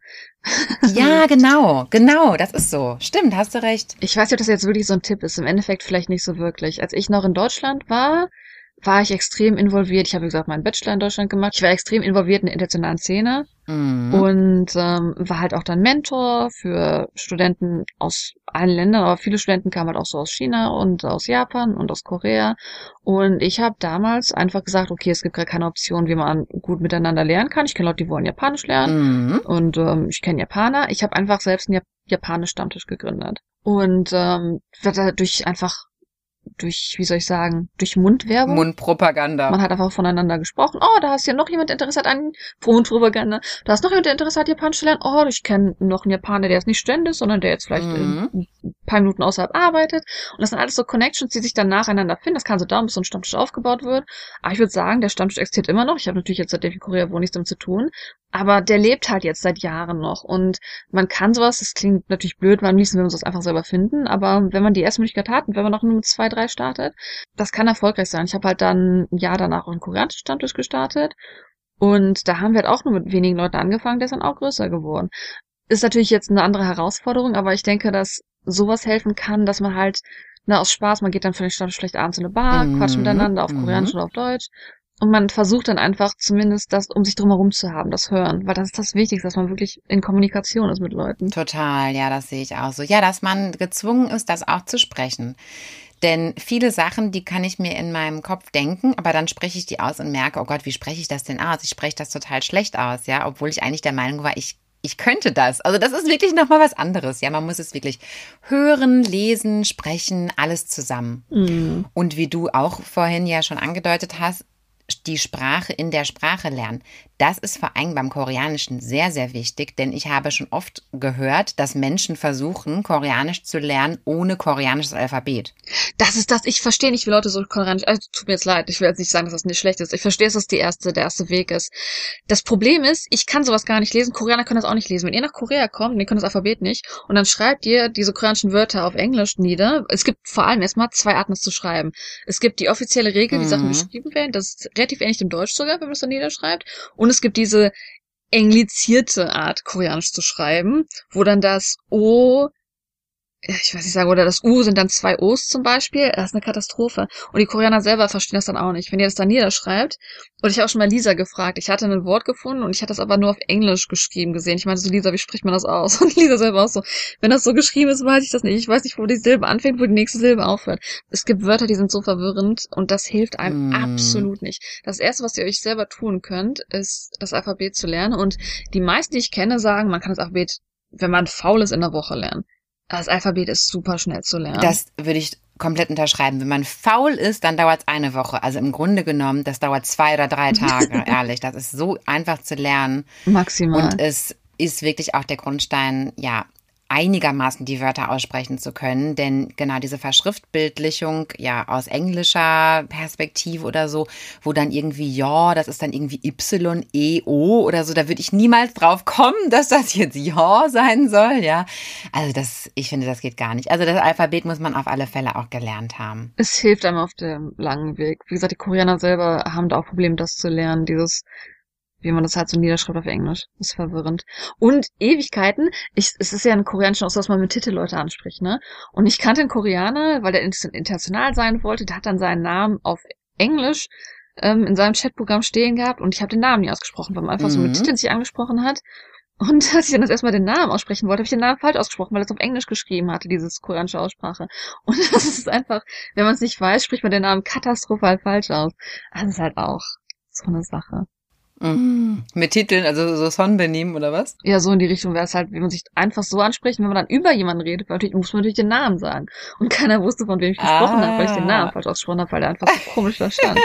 Ja, genau, genau, das ist so. Stimmt, hast du recht. Ich weiß nicht, ob das jetzt wirklich so ein Tipp ist. Im Endeffekt vielleicht nicht so wirklich. Als ich noch in Deutschland war, war ich extrem involviert. Ich habe, wie gesagt, meinen Bachelor in Deutschland gemacht. Ich war extrem involviert in der internationalen Szene Mhm. und ähm, war halt auch dann Mentor für Studenten aus allen Ländern, aber viele Studenten kamen halt auch so aus China und aus Japan und aus Korea. Und ich habe damals einfach gesagt, okay, es gibt gar keine Option, wie man gut miteinander lernen kann. Ich kenne Leute, die wollen Japanisch lernen. Mhm. Und ähm, ich kenne Japaner. Ich habe einfach selbst einen Jap- Japanisch-Stammtisch gegründet. Und ähm, durch einfach, durch, wie soll ich sagen, durch Mundwerbung. Mundpropaganda. Man hat einfach voneinander gesprochen. Oh, da hast ja noch jemand, der Interesse hat an Mundpropaganda. Da ist noch jemand, der Interesse hat, Japanisch zu lernen. Oh, ich kenne noch einen Japaner, der ist nicht ständig, sondern der jetzt vielleicht Mhm. in ein paar Minuten außerhalb arbeitet. Und das sind alles so Connections, die sich dann nacheinander finden. Das kann so dauern, bis so ein Stammtisch aufgebaut wird. Aber ich würde sagen, der Stammtisch existiert immer noch. Ich habe natürlich jetzt, seitdem ich in Korea wohne, nichts damit zu tun. Aber der lebt halt jetzt seit Jahren noch. Und man kann sowas, das klingt natürlich blöd, man am liebsten will man sowas einfach selber finden. Aber wenn man die erste Möglichkeit hat und wenn man noch nur mit zwei, drei startet, das kann erfolgreich sein. Ich habe halt dann ein Jahr danach auch einen koreanischen Stammtisch gestartet. Und da haben wir halt auch nur mit wenigen Leuten angefangen, der ist dann auch größer geworden. Ist natürlich jetzt eine andere Herausforderung, aber ich denke, dass sowas helfen kann, dass man halt, na, aus Spaß, man geht dann vielleicht, vielleicht abends in eine Bar, Mhm. quatscht miteinander auf Koreanisch Mhm. oder auf Deutsch. Und man versucht dann einfach zumindest das um sich drumherum zu haben, das Hören. Weil das ist das Wichtigste, dass man wirklich in Kommunikation ist mit Leuten. Total, ja, das sehe ich auch so. Ja, dass man gezwungen ist, das auch zu sprechen. Denn viele Sachen, die kann ich mir in meinem Kopf denken, aber dann spreche ich die aus und merke, oh Gott, wie spreche ich das denn aus? Ich spreche das total schlecht aus, ja, obwohl ich eigentlich der Meinung war, ich ich könnte das. Also das ist wirklich nochmal was anderes. Ja, man muss es wirklich hören, lesen, sprechen, alles zusammen. Mhm. Und wie du auch vorhin ja schon angedeutet hast, die Sprache in der Sprache lernen. Das ist vor allem beim Koreanischen sehr, sehr wichtig, denn ich habe schon oft gehört, dass Menschen versuchen, Koreanisch zu lernen ohne koreanisches Alphabet. Das ist das, ich verstehe nicht, wie Leute so Koreanisch, also tut mir jetzt leid, ich will jetzt nicht sagen, dass das nicht schlecht ist. Ich verstehe, dass das die erste, der erste Weg ist. Das Problem ist, ich kann sowas gar nicht lesen, Koreaner können das auch nicht lesen. Wenn ihr nach Korea kommt, und ihr könnt das Alphabet nicht, und dann schreibt ihr diese koreanischen Wörter auf Englisch nieder. Es gibt vor allem erstmal zwei Arten, es zu schreiben. Es gibt die offizielle Regel, wie Mhm. Sachen geschrieben werden, das ist relativ ähnlich dem Deutsch sogar, wenn man das dann niederschreibt. Und es gibt diese englizierte Art, Koreanisch zu schreiben, wo dann das O, ja, ich weiß nicht sagen, oder das U sind dann zwei O's zum Beispiel. Das ist eine Katastrophe. Und die Koreaner selber verstehen das dann auch nicht. Wenn ihr das dann niederschreibt, und ich habe auch schon mal Lisa gefragt, ich hatte ein Wort gefunden und ich hatte das aber nur auf Englisch geschrieben gesehen. Ich meinte so, Lisa, wie spricht man das aus? Und Lisa selber auch so, wenn das so geschrieben ist, weiß ich das nicht. Ich weiß nicht, wo die Silbe anfängt, wo die nächste Silbe aufhört. Es gibt Wörter, die sind so verwirrend und das hilft einem Mm. absolut nicht. Das Erste, was ihr euch selber tun könnt, ist, das Alphabet zu lernen. Und die meisten, die ich kenne, sagen, man kann das Alphabet, wenn man faul ist, in der Woche lernen. Das Alphabet ist super schnell zu lernen. Das würde ich komplett unterschreiben. Wenn man faul ist, dann dauert es eine Woche. Also im Grunde genommen, das dauert zwei oder drei Tage, ehrlich. Das ist so einfach zu lernen. Maximal. Und es ist wirklich auch der Grundstein, ja, einigermaßen die Wörter aussprechen zu können, denn genau diese Verschriftbildlichung, ja, aus englischer Perspektive oder so, wo dann irgendwie, ja, das ist dann irgendwie Y, E, O oder so, da würde ich niemals drauf kommen, dass das jetzt ja sein soll, ja. Also das, ich finde, das geht gar nicht. Also das Alphabet muss man auf alle Fälle auch gelernt haben. Es hilft einem auf dem langen Weg. Wie gesagt, die Koreaner selber haben da auch Probleme, das zu lernen, dieses, wie man das halt so niederschreibt auf Englisch. Das ist verwirrend. Und Ewigkeiten, ich, es ist ja in Koreanisch auch so, dass man mit Titel Leute anspricht, ne? Und ich kannte einen Koreaner, weil der international sein wollte, der hat dann seinen Namen auf Englisch ähm, in seinem Chatprogramm stehen gehabt und ich habe den Namen nie ausgesprochen, weil man einfach Mhm. so mit Titeln sich angesprochen hat. Und als ich dann das erstmal den Namen aussprechen wollte, habe ich den Namen falsch ausgesprochen, weil er es auf Englisch geschrieben hatte, dieses koreanische Aussprache. Und das ist einfach, wenn man es nicht weiß, spricht man den Namen katastrophal falsch aus. Das ist halt auch so eine Sache. Mhm. Mit Titeln, also so Sonbenehmen oder was? Ja, so in die Richtung wäre es halt, wie man sich einfach so anspricht, wenn man dann über jemanden redet, weil natürlich muss man natürlich den Namen sagen. Und keiner wusste, von wem ich gesprochen Ah. habe, weil ich den Namen falsch ausgesprochen habe, weil der einfach so komisch da stand.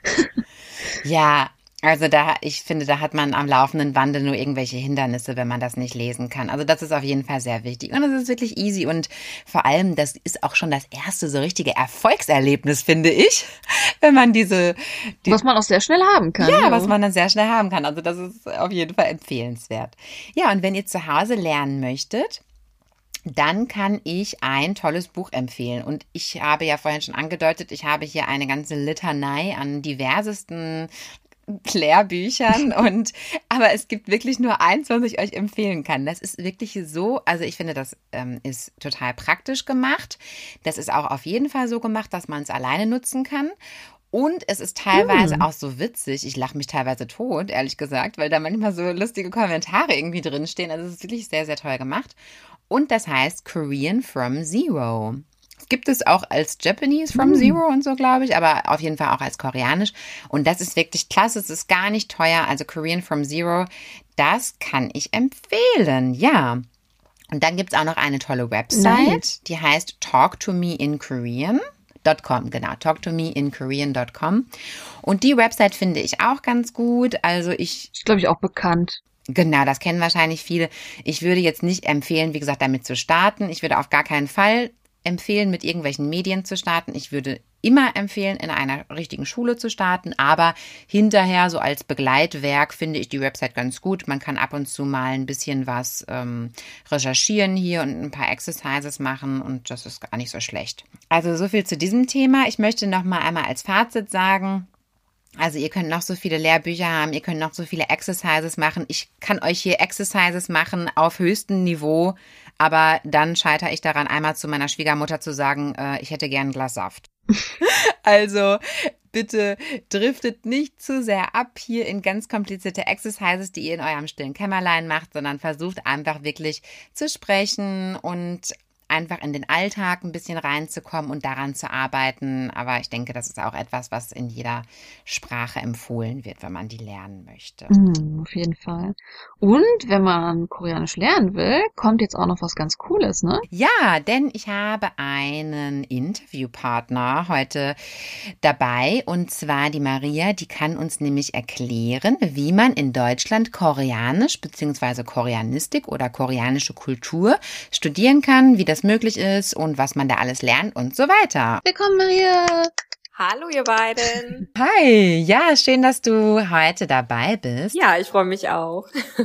Ja, also da, ich finde, da hat man am laufenden Bande nur irgendwelche Hindernisse, wenn man das nicht lesen kann. Also das ist auf jeden Fall sehr wichtig. Und es ist wirklich easy und vor allem, das ist auch schon das erste so richtige Erfolgserlebnis, finde ich, wenn man diese... Die, Was man auch sehr schnell haben kann. ja, jo. was man dann sehr schnell haben kann. Also das ist auf jeden Fall empfehlenswert. Ja, und wenn ihr zu Hause lernen möchtet, dann kann ich ein tolles Buch empfehlen. Und ich habe ja vorhin schon angedeutet, ich habe hier eine ganze Litanei an diversesten Lehrbüchern und aber es gibt wirklich nur eins, was ich euch empfehlen kann. Das ist wirklich so, also ich finde, das ähm, ist total praktisch gemacht. Das ist auch auf jeden Fall so gemacht, dass man es alleine nutzen kann. Und es ist teilweise Hm. auch so witzig. Ich lache mich teilweise tot, ehrlich gesagt, weil da manchmal so lustige Kommentare irgendwie drinstehen. Also es ist wirklich sehr, sehr toll gemacht. Und das heißt Korean from Zero. Es gibt es auch als Japanese from Hm. Zero und so, glaube ich, aber auf jeden Fall auch als Koreanisch. Und das ist wirklich klasse. Es ist gar nicht teuer. Also Korean from Zero, das kann ich empfehlen. Ja. Und dann gibt es auch noch eine tolle Website, Nice. die heißt talk to me in Korean. .com, genau, talk to me in korean dot com. Und die Website finde ich auch ganz gut. Also ich, Ist, glaube ich, auch bekannt. genau, das kennen wahrscheinlich viele. Ich würde jetzt nicht empfehlen, wie gesagt, damit zu starten. Ich würde auf gar keinen Fall empfehlen, mit irgendwelchen Medien zu starten. Ich würde immer empfehlen, in einer richtigen Schule zu starten, aber hinterher so als Begleitwerk finde ich die Website ganz gut. Man kann ab und zu mal ein bisschen was ähm, recherchieren hier und ein paar Exercises machen und das ist gar nicht so schlecht. Also so viel zu diesem Thema. Ich möchte noch mal einmal als Fazit sagen, Also ihr könnt noch so viele Lehrbücher haben, ihr könnt noch so viele Exercises machen. Ich kann euch hier Exercises machen auf höchstem Niveau, aber dann scheitere ich daran, einmal zu meiner Schwiegermutter zu sagen, äh, ich hätte gern ein Glas Saft. Also bitte driftet nicht zu sehr ab hier in ganz komplizierte Exercises, die ihr in eurem stillen Kämmerlein macht, sondern versucht einfach wirklich zu sprechen und einfach in den Alltag ein bisschen reinzukommen und daran zu arbeiten. Aber ich denke, das ist auch etwas, was in jeder Sprache empfohlen wird, wenn man die lernen möchte. Mm, auf jeden Fall. Und wenn man Koreanisch lernen will, kommt jetzt auch noch was ganz Cooles, ne? Ja, denn ich habe einen Interviewpartner heute dabei und zwar die Maria, die kann uns nämlich erklären, wie man in Deutschland Koreanisch bzw. Koreanistik oder koreanische Kultur studieren kann, wie das möglich ist und was man da alles lernt und so weiter. Willkommen, Maria! Hallo ihr beiden. Hi, ja, schön, dass du heute dabei bist. Ja, ich freue mich auch.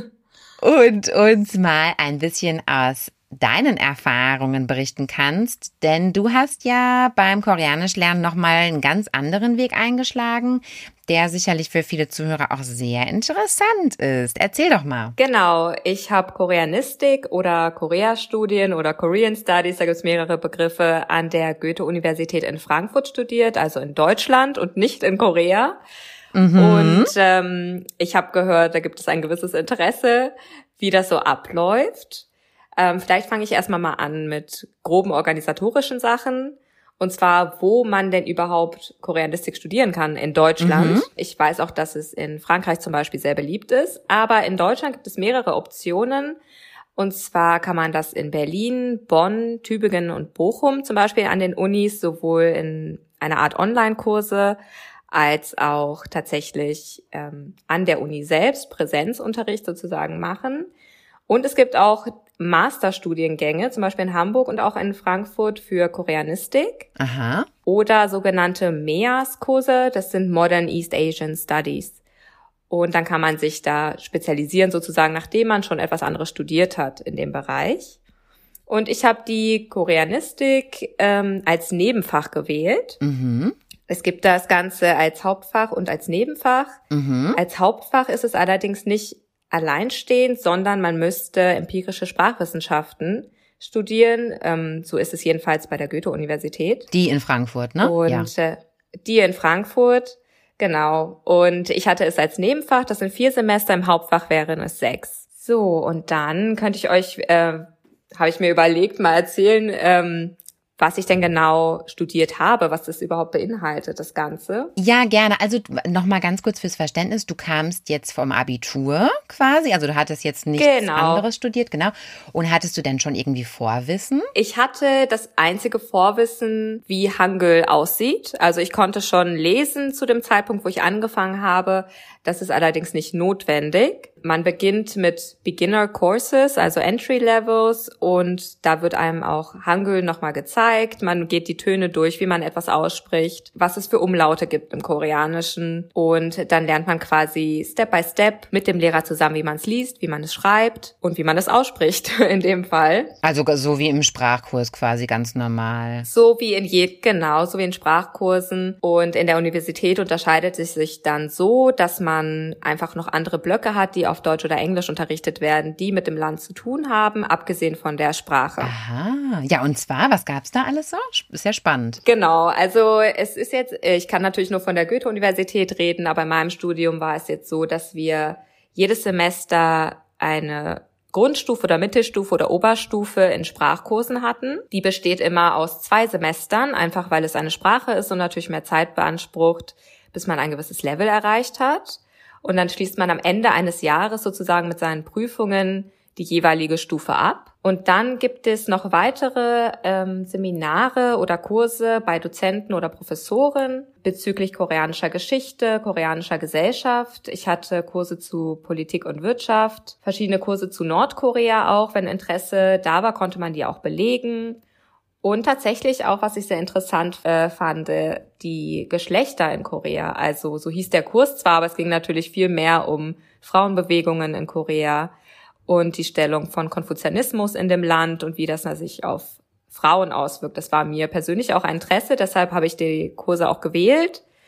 Und uns mal ein bisschen aus deinen Erfahrungen berichten kannst, denn du hast ja beim Koreanischlernen nochmal einen ganz anderen Weg eingeschlagen, der sicherlich für viele Zuhörer auch sehr interessant ist. Erzähl doch mal. Genau, ich habe Koreanistik oder Korea-Studien oder Korean Studies, da gibt es mehrere Begriffe, an der Goethe-Universität in Frankfurt studiert, also in Deutschland und nicht in Korea. Mhm. Und ähm, ich habe gehört, da gibt es ein gewisses Interesse, wie das so abläuft. Ähm, vielleicht fange ich erstmal mal an mit groben organisatorischen Sachen. Und zwar, wo man denn überhaupt Koreanistik studieren kann in Deutschland. Mhm. Ich weiß auch, dass es in Frankreich zum Beispiel sehr beliebt ist. Aber in Deutschland gibt es mehrere Optionen. Und zwar kann man das in Berlin, Bonn, Tübingen und Bochum zum Beispiel an den Unis sowohl in einer Art Online-Kurse als auch tatsächlich ähm, an der Uni selbst Präsenzunterricht sozusagen machen. Und es gibt auch Masterstudiengänge, zum Beispiel in Hamburg und auch in Frankfurt für Koreanistik. Aha. Oder sogenannte M E A S-Kurse, das sind Modern East Asian Studies. Und dann kann man sich da spezialisieren, sozusagen, nachdem man schon etwas anderes studiert hat in dem Bereich. Und ich habe die Koreanistik ähm, als Nebenfach gewählt. Mhm. Es gibt das Ganze als Hauptfach und als Nebenfach. Mhm. Als Hauptfach ist es allerdings nicht alleinstehend, sondern man müsste empirische Sprachwissenschaften studieren. Ähm, so ist es jedenfalls bei der Goethe-Universität. Die in Frankfurt, ne? Und ja. äh, die in Frankfurt, genau. Und ich hatte es als Nebenfach, das sind vier Semester, im Hauptfach wären es sechs. So, und dann könnte ich euch, äh, habe ich mir überlegt, mal erzählen, ähm, was ich denn genau studiert habe, was das überhaupt beinhaltet, das Ganze. Ja, gerne. Also nochmal ganz kurz fürs Verständnis. Du kamst jetzt vom Abitur quasi, also du hattest jetzt nichts genau. anderes studiert, genau. Und hattest du denn schon irgendwie Vorwissen? Ich hatte das einzige Vorwissen, wie Hangul aussieht. Also ich konnte schon lesen zu dem Zeitpunkt, wo ich angefangen habe. Das ist allerdings nicht notwendig. Man beginnt mit Beginner Courses, also Entry Levels, und da wird einem auch Hangul nochmal gezeigt. Man geht die Töne durch, wie man etwas ausspricht, was es für Umlaute gibt im Koreanischen, und dann lernt man quasi Step by Step mit dem Lehrer zusammen, wie man es liest, wie man es schreibt und wie man es ausspricht in dem Fall. Also so wie im Sprachkurs quasi ganz normal. So wie in je, genau, so wie in Sprachkursen. Und in der Universität unterscheidet es sich dann so, dass man einfach noch andere Blöcke hat, die auf Deutsch oder Englisch unterrichtet werden, die mit dem Land zu tun haben, abgesehen von der Sprache. Aha, ja, und zwar, was gab's da alles so? Ist ja spannend. Genau, also es ist jetzt, ich kann natürlich nur von der Goethe-Universität reden, aber in meinem Studium war es jetzt so, dass wir jedes Semester eine Grundstufe oder Mittelstufe oder Oberstufe in Sprachkursen hatten. Die besteht immer aus zwei Semestern, einfach weil es eine Sprache ist und natürlich mehr Zeit beansprucht, bis man ein gewisses Level erreicht hat. Und dann schließt man am Ende eines Jahres sozusagen mit seinen Prüfungen die jeweilige Stufe ab. Und dann gibt es noch weitere ähm, Seminare oder Kurse bei Dozenten oder Professoren bezüglich koreanischer Geschichte, koreanischer Gesellschaft. Ich hatte Kurse zu Politik und Wirtschaft, verschiedene Kurse zu Nordkorea auch. Wenn Interesse da war, konnte man die auch belegen. Und tatsächlich auch, was ich sehr interessant äh, fand, die Geschlechter in Korea. Also so hieß der Kurs zwar, aber es ging natürlich viel mehr um Frauenbewegungen in Korea und die Stellung von Konfuzianismus in dem Land und wie das sich auf Frauen auswirkt. Das war mir persönlich auch ein Interesse, deshalb habe ich die Kurse auch gewählt.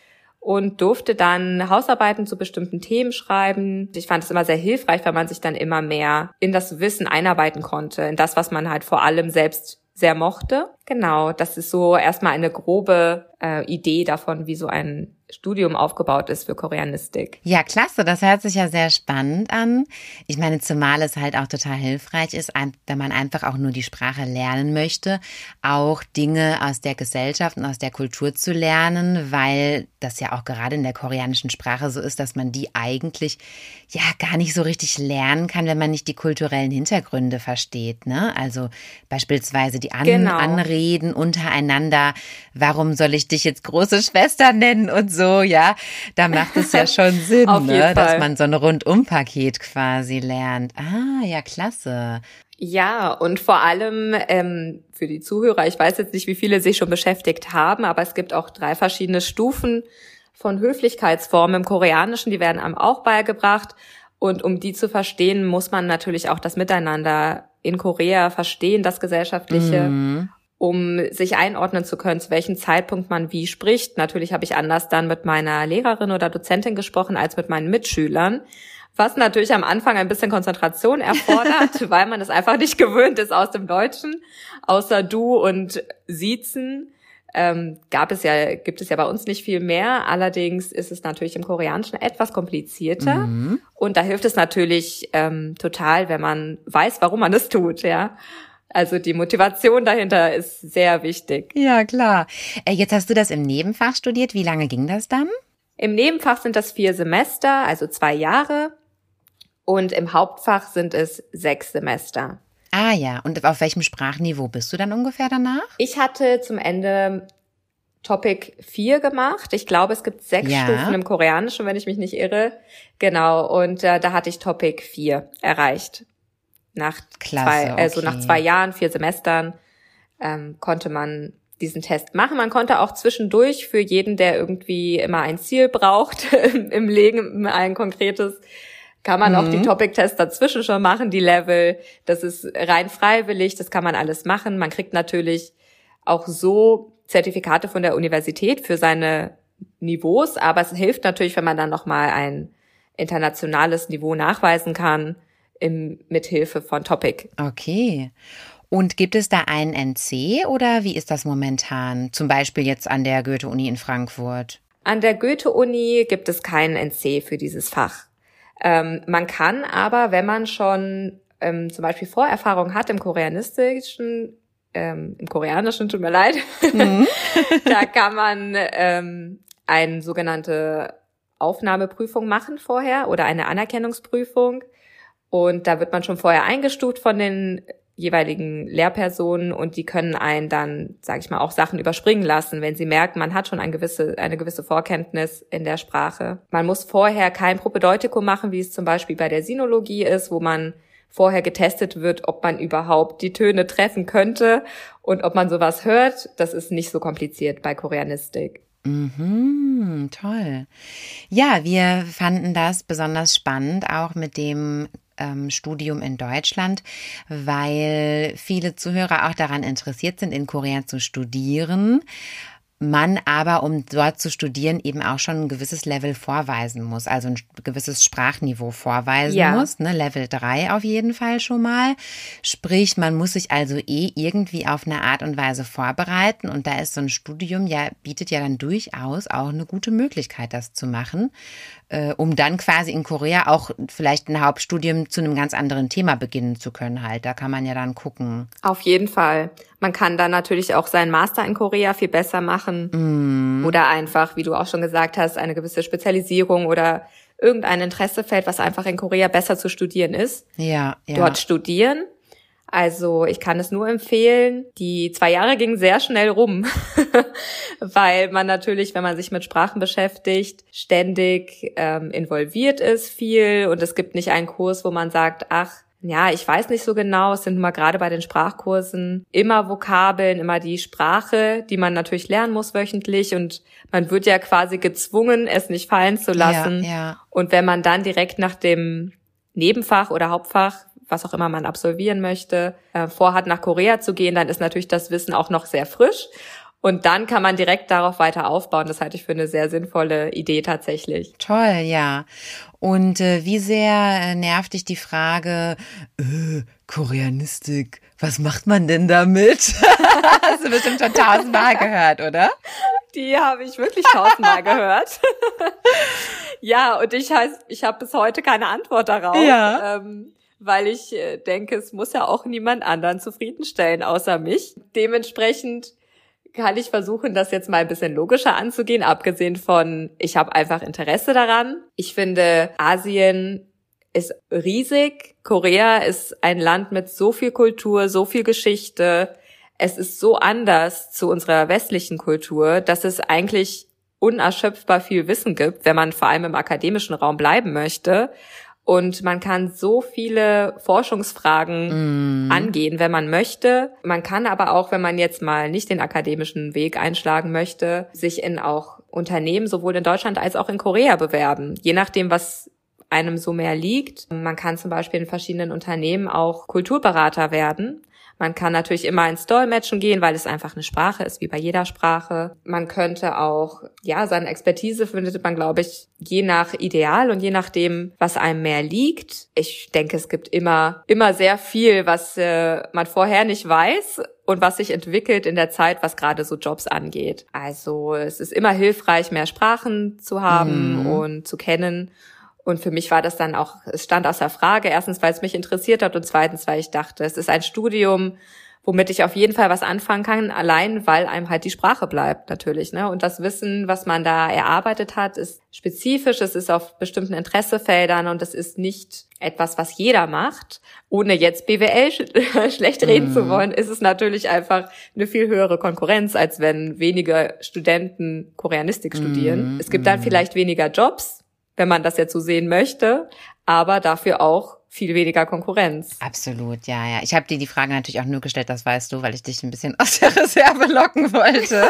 und durfte dann Hausarbeiten zu bestimmten Themen schreiben. Ich fand es immer sehr hilfreich, weil man sich dann immer mehr in das Wissen einarbeiten konnte, in das, was man halt vor allem selbst sehr mochte. Genau, das ist so erstmal eine grobe äh, Idee davon, wie so ein Studium aufgebaut ist für Koreanistik. Ja, klasse, das hört sich ja sehr spannend an. Ich meine, zumal es halt auch total hilfreich ist, wenn man einfach auch nur die Sprache lernen möchte, auch Dinge aus der Gesellschaft und aus der Kultur zu lernen, weil das ja auch gerade in der koreanischen Sprache so ist, dass man die eigentlich ja gar nicht so richtig lernen kann, wenn man nicht die kulturellen Hintergründe versteht, ne? Also beispielsweise die An- Genau. Anreden untereinander, warum soll ich dich jetzt große Schwester nennen und so, ja, da macht es ja schon Sinn, Auf jeden ne, dass Fall. man so ein Rundum-Paket quasi lernt. Ah, ja, klasse. Ja, und vor allem ähm, für die Zuhörer, ich weiß jetzt nicht, wie viele sich schon beschäftigt haben, aber es gibt auch drei verschiedene Stufen von Höflichkeitsformen im Koreanischen, die werden einem auch beigebracht. Und um die zu verstehen, muss man natürlich auch das Miteinander in Korea verstehen, das Gesellschaftliche, Mhm. um sich einordnen zu können, zu welchem Zeitpunkt man wie spricht. Natürlich habe ich anders dann mit meiner Lehrerin oder Dozentin gesprochen als mit meinen Mitschülern, was natürlich am Anfang ein bisschen Konzentration erfordert, weil man es einfach nicht gewöhnt ist aus dem Deutschen. Außer du und Siezen ähm, gab es ja, gibt es ja bei uns nicht viel mehr. Allerdings ist es natürlich im Koreanischen etwas komplizierter. Mhm. Und da hilft es natürlich ähm, total, wenn man weiß, warum man es tut, ja. Also die Motivation dahinter ist sehr wichtig. Ja, klar. Äh, Jetzt hast du das im Nebenfach studiert. Wie lange ging das dann? Im Nebenfach sind das vier Semester, also zwei Jahre. Und im Hauptfach sind es sechs Semester. Ah ja, und auf welchem Sprachniveau bist du dann ungefähr danach? Ich hatte zum Ende Topic vier gemacht. Ich glaube, es gibt sechs Ja. Stufen im Koreanischen, wenn ich mich nicht irre. Genau, und äh, da hatte ich Topic vier erreicht. Nach Klasse, zwei, also okay. nach zwei Jahren, vier Semestern ähm, konnte man diesen Test machen. Man konnte auch zwischendurch für jeden, der irgendwie immer ein Ziel braucht im Leben, ein konkretes, kann man Mhm. auch die Topic-Tests dazwischen schon machen, die Level. Das ist rein freiwillig, das kann man alles machen. Man kriegt natürlich auch so Zertifikate von der Universität für seine Niveaus, aber es hilft natürlich, wenn man dann nochmal ein internationales Niveau nachweisen kann, im, mit Hilfe von Topic. Okay. Und gibt es da einen N C oder wie ist das momentan? Zum Beispiel jetzt an der Goethe-Uni in Frankfurt. An der Goethe-Uni gibt es keinen N C für dieses Fach. Ähm, man kann aber, wenn man schon ähm, zum Beispiel Vorerfahrung hat im Koreanistischen, ähm, im Koreanischen, tut mir leid, Mhm. da kann man ähm, eine sogenannte Aufnahmeprüfung machen vorher oder eine Anerkennungsprüfung. Und da wird man schon vorher eingestuft von den jeweiligen Lehrpersonen und die können einen dann, sage ich mal, auch Sachen überspringen lassen, wenn sie merken, man hat schon eine gewisse, eine gewisse Vorkenntnis in der Sprache. Man muss vorher kein Propedeutikum machen, wie es zum Beispiel bei der Sinologie ist, wo man vorher getestet wird, ob man überhaupt die Töne treffen könnte und ob man sowas hört. Das ist nicht so kompliziert bei Koreanistik. Mhm, toll. Ja, wir fanden das besonders spannend, auch mit dem ähm, Studium in Deutschland, weil viele Zuhörer auch daran interessiert sind, in Korea zu studieren. Man aber, um dort zu studieren, eben auch schon ein gewisses Level vorweisen muss, also ein gewisses Sprachniveau vorweisen Ja. muss, ne, Level drei auf jeden Fall schon mal. Sprich, man muss sich also eh irgendwie auf eine Art und Weise vorbereiten und da ist so ein Studium ja, bietet ja dann durchaus auch eine gute Möglichkeit, das zu machen, äh, um dann quasi in Korea auch vielleicht ein Hauptstudium zu einem ganz anderen Thema beginnen zu können halt. Da kann man ja dann gucken. Auf jeden Fall. Man kann dann natürlich auch seinen Master in Korea viel besser machen. Mm. Oder einfach, wie du auch schon gesagt hast, eine gewisse Spezialisierung oder irgendein Interessefeld, was einfach in Korea besser zu studieren ist, Ja, ja. dort studieren. Also ich kann es nur empfehlen. Die zwei Jahre gingen sehr schnell rum, weil man natürlich, wenn man sich mit Sprachen beschäftigt, ständig ähm, involviert ist viel und es gibt nicht einen Kurs, wo man sagt, ach, ja, ich weiß nicht so genau, es sind immer gerade bei den Sprachkursen immer Vokabeln, immer die Sprache, die man natürlich lernen muss wöchentlich und man wird ja quasi gezwungen, es nicht fallen zu lassen. Ja, ja. Und wenn man dann direkt nach dem Nebenfach oder Hauptfach, was auch immer man absolvieren möchte, äh, vorhat, nach Korea zu gehen, dann ist natürlich das Wissen auch noch sehr frisch. Und dann kann man direkt darauf weiter aufbauen. Das halte ich für eine sehr sinnvolle Idee tatsächlich. Toll, ja. Und äh, wie sehr äh, nervt dich die Frage, äh, Koreanistik, was macht man denn damit? Hast du bestimmt schon tausendmal gehört, oder? Die habe ich wirklich tausendmal gehört. Ja, und ich heißt, ich habe bis heute keine Antwort darauf. Ja. Ähm, weil ich äh, denke, es muss ja auch niemand anderen zufriedenstellen, außer mich. Dementsprechend kann ich versuchen, das jetzt mal ein bisschen logischer anzugehen, abgesehen von, ich habe einfach Interesse daran. Ich finde, Asien ist riesig. Korea ist ein Land mit so viel Kultur, so viel Geschichte. Es ist so anders zu unserer westlichen Kultur, dass es eigentlich unerschöpfbar viel Wissen gibt, wenn man vor allem im akademischen Raum bleiben möchte. Und man kann so viele Forschungsfragen mm. angehen, wenn man möchte. Man kann aber auch, wenn man jetzt mal nicht den akademischen Weg einschlagen möchte, sich in auch Unternehmen sowohl in Deutschland als auch in Korea bewerben. Je nachdem, was einem so mehr liegt. Man kann zum Beispiel in verschiedenen Unternehmen auch Kulturberater werden. Man kann natürlich immer ins Dolmetschen gehen, weil es einfach eine Sprache ist, wie bei jeder Sprache. Man könnte auch, ja, seine Expertise findet man, glaube ich, je nach Ideal und je nachdem, was einem mehr liegt. Ich denke, es gibt immer, immer sehr viel, was äh, man vorher nicht weiß und was sich entwickelt in der Zeit, was gerade so Jobs angeht. Also es ist immer hilfreich, mehr Sprachen zu haben mm. und zu kennen. Und für mich war das dann auch, es stand außer Frage, erstens, weil es mich interessiert hat und zweitens, weil ich dachte, es ist ein Studium, womit ich auf jeden Fall was anfangen kann, allein weil einem halt die Sprache bleibt natürlich, ne? Und das Wissen, was man da erarbeitet hat, ist spezifisch, es ist auf bestimmten Interessefeldern und es ist nicht etwas, was jeder macht. Ohne jetzt B W L sch- schlecht reden mm. zu wollen, ist es natürlich einfach eine viel höhere Konkurrenz, als wenn weniger Studenten Koreanistik studieren. Mm. Es gibt dann vielleicht weniger Jobs, wenn man das jetzt so sehen möchte, aber dafür auch viel weniger Konkurrenz. Absolut, ja, ja. Ich habe dir die Frage natürlich auch nur gestellt, das weißt du, weil ich dich ein bisschen aus der Reserve locken wollte.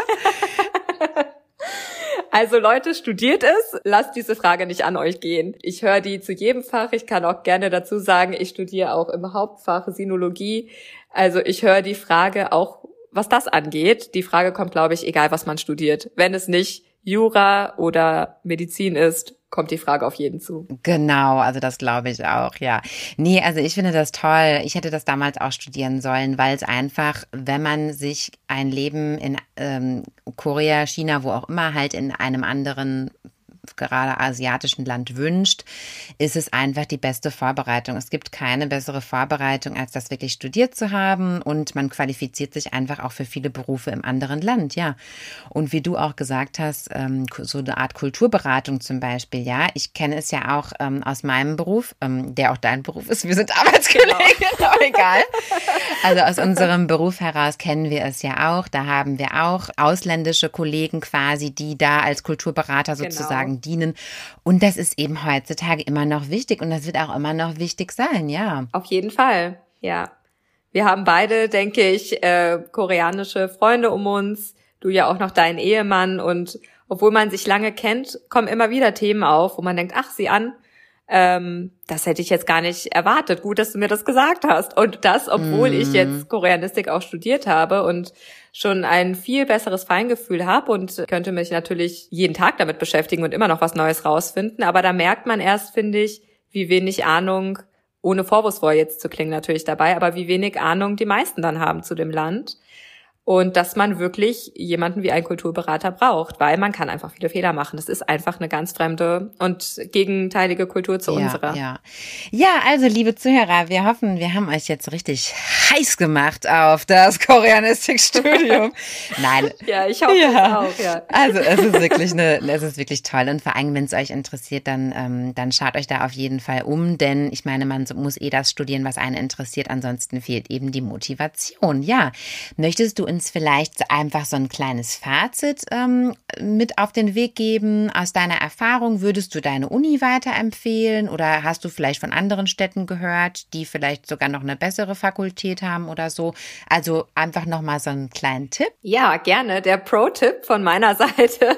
Also Leute, studiert es, lasst diese Frage nicht an euch gehen. Ich höre die zu jedem Fach. Ich kann auch gerne dazu sagen, ich studiere auch im Hauptfach Sinologie. Also ich höre die Frage auch, was das angeht. Die Frage kommt, glaube ich, egal was man studiert. Wenn es nicht Jura oder Medizin ist, kommt die Frage auf jeden zu. Genau, also das glaube ich auch, ja. Nee, also ich finde das toll. Ich hätte das damals auch studieren sollen, weil es einfach, wenn man sich ein Leben in ähm, Korea, China, wo auch immer, halt in einem anderen gerade asiatischen Land wünscht, ist es einfach die beste Vorbereitung. Es gibt keine bessere Vorbereitung, als das wirklich studiert zu haben und man qualifiziert sich einfach auch für viele Berufe im anderen Land, ja. Und wie du auch gesagt hast, ähm, so eine Art Kulturberatung zum Beispiel, ja. Ich kenne es ja auch ähm, aus meinem Beruf, ähm, der auch dein Beruf ist. Wir sind Arbeitskollegen, genau. Aber egal. Also aus unserem Beruf heraus kennen wir es ja auch. Da haben wir auch ausländische Kollegen quasi, die da als Kulturberater sozusagen genau. dienen. Und das ist eben heutzutage immer noch wichtig und das wird auch immer noch wichtig sein, ja. Auf jeden Fall, ja. Wir haben beide, denke ich, äh, koreanische Freunde um uns. Du ja auch noch deinen Ehemann und obwohl man sich lange kennt, kommen immer wieder Themen auf, wo man denkt, ach, sieh an, ähm, das hätte ich jetzt gar nicht erwartet. Gut, dass du mir das gesagt hast. Und das, obwohl mm. ich jetzt Koreanistik auch studiert habe und schon ein viel besseres Feingefühl habe und könnte mich natürlich jeden Tag damit beschäftigen und immer noch was Neues rausfinden. Aber da merkt man erst, finde ich, wie wenig Ahnung, ohne vorwurfsvoll jetzt zu klingen natürlich dabei, aber wie wenig Ahnung die meisten dann haben zu dem Land. Und dass man wirklich jemanden wie einen Kulturberater braucht, weil man kann einfach viele Fehler machen. Das ist einfach eine ganz fremde und gegenteilige Kultur zu ja, unserer. Ja. ja, also liebe Zuhörer, wir hoffen, wir haben euch jetzt richtig heiß gemacht auf das Koreanistikstudium. Nein. Ja, ich hoffe ja. es auch, ja. Also es ist wirklich eine, es ist wirklich toll. Und vor allem, wenn es euch interessiert, dann, ähm, dann schaut euch da auf jeden Fall um, denn ich meine, man muss eh das studieren, was einen interessiert. Ansonsten fehlt eben die Motivation. Ja, möchtest du uns vielleicht einfach so ein kleines Fazit ähm, mit auf den Weg geben aus deiner Erfahrung? Würdest du deine Uni weiterempfehlen oder hast du vielleicht von anderen Städten gehört, die vielleicht sogar noch eine bessere Fakultät haben oder so? Also einfach nochmal so einen kleinen Tipp. Ja, gerne. Der Pro-Tipp von meiner Seite.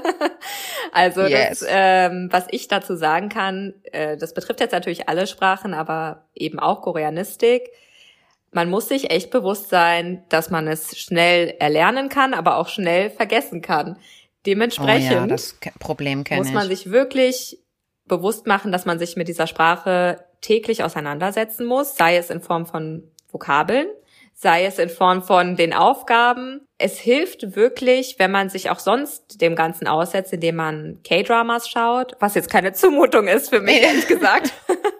Also yes. das, ähm, was ich dazu sagen kann, äh, das betrifft jetzt natürlich alle Sprachen, aber eben auch Koreanistik. man muss sich echt bewusst sein, dass man es schnell erlernen kann, aber auch schnell vergessen kann. Dementsprechend oh ja, das Problem kenn muss man ich. sich wirklich bewusst machen, dass man sich mit dieser Sprache täglich auseinandersetzen muss, sei es in Form von Vokabeln, sei es in Form von den Aufgaben. Es hilft wirklich, wenn man sich auch sonst dem Ganzen aussetzt, indem man K-Dramas schaut, was jetzt keine Zumutung ist für mich, ehrlich gesagt.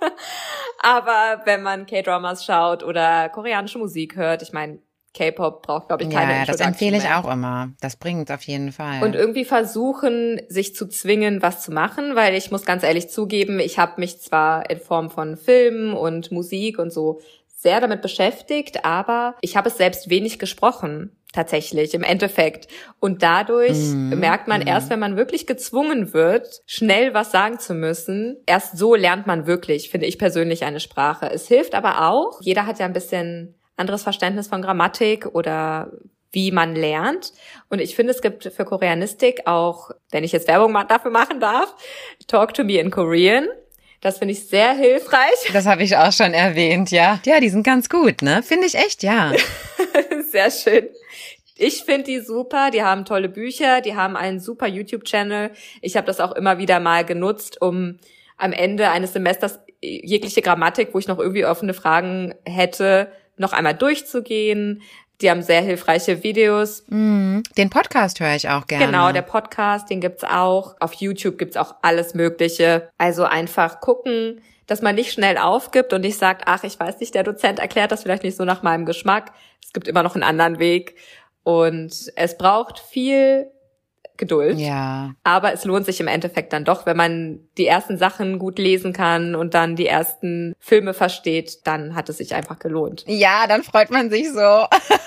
Aber wenn man K-Dramas schaut oder koreanische Musik hört, ich meine, K-Pop braucht, glaube ich, keine Ja, das Introduction empfehle ich mehr. auch immer. Das bringt auf jeden Fall. Und irgendwie versuchen, sich zu zwingen, was zu machen, weil ich muss ganz ehrlich zugeben, ich habe mich zwar in Form von Filmen und Musik und so sehr damit beschäftigt, aber ich habe es selbst wenig gesprochen, tatsächlich, im Endeffekt. Und dadurch Mhm. merkt man Mhm. erst, wenn man wirklich gezwungen wird, schnell was sagen zu müssen, erst so lernt man wirklich, finde ich persönlich, eine Sprache. Es hilft aber auch, jeder hat ja ein bisschen anderes Verständnis von Grammatik oder wie man lernt. Und ich finde, es gibt für Koreanistik auch, wenn ich jetzt Werbung dafür machen darf, Talk to me in Korean. Das finde ich sehr hilfreich. Das habe ich auch schon erwähnt, ja. Ja, die sind ganz gut, ne? Finde ich echt, ja. Sehr schön. Ich finde die super. Die haben tolle Bücher, die haben einen super YouTube-Channel. Ich habe das auch immer wieder mal genutzt, um am Ende eines Semesters jegliche Grammatik, wo ich noch irgendwie offene Fragen hätte, noch einmal durchzugehen. Die haben sehr hilfreiche Videos. Mhm. Den Podcast höre ich auch gerne. Genau, der Podcast, den gibt's auch. Auf YouTube gibt's auch alles Mögliche. Also einfach gucken, dass man nicht schnell aufgibt und nicht sagt, ach, ich weiß nicht, der Dozent erklärt das vielleicht nicht so nach meinem Geschmack. Es gibt immer noch einen anderen Weg. Und es braucht viel Geduld. Ja. Aber es lohnt sich im Endeffekt dann doch, wenn man die ersten Sachen gut lesen kann und dann die ersten Filme versteht, dann hat es sich einfach gelohnt. Ja, dann freut man sich so.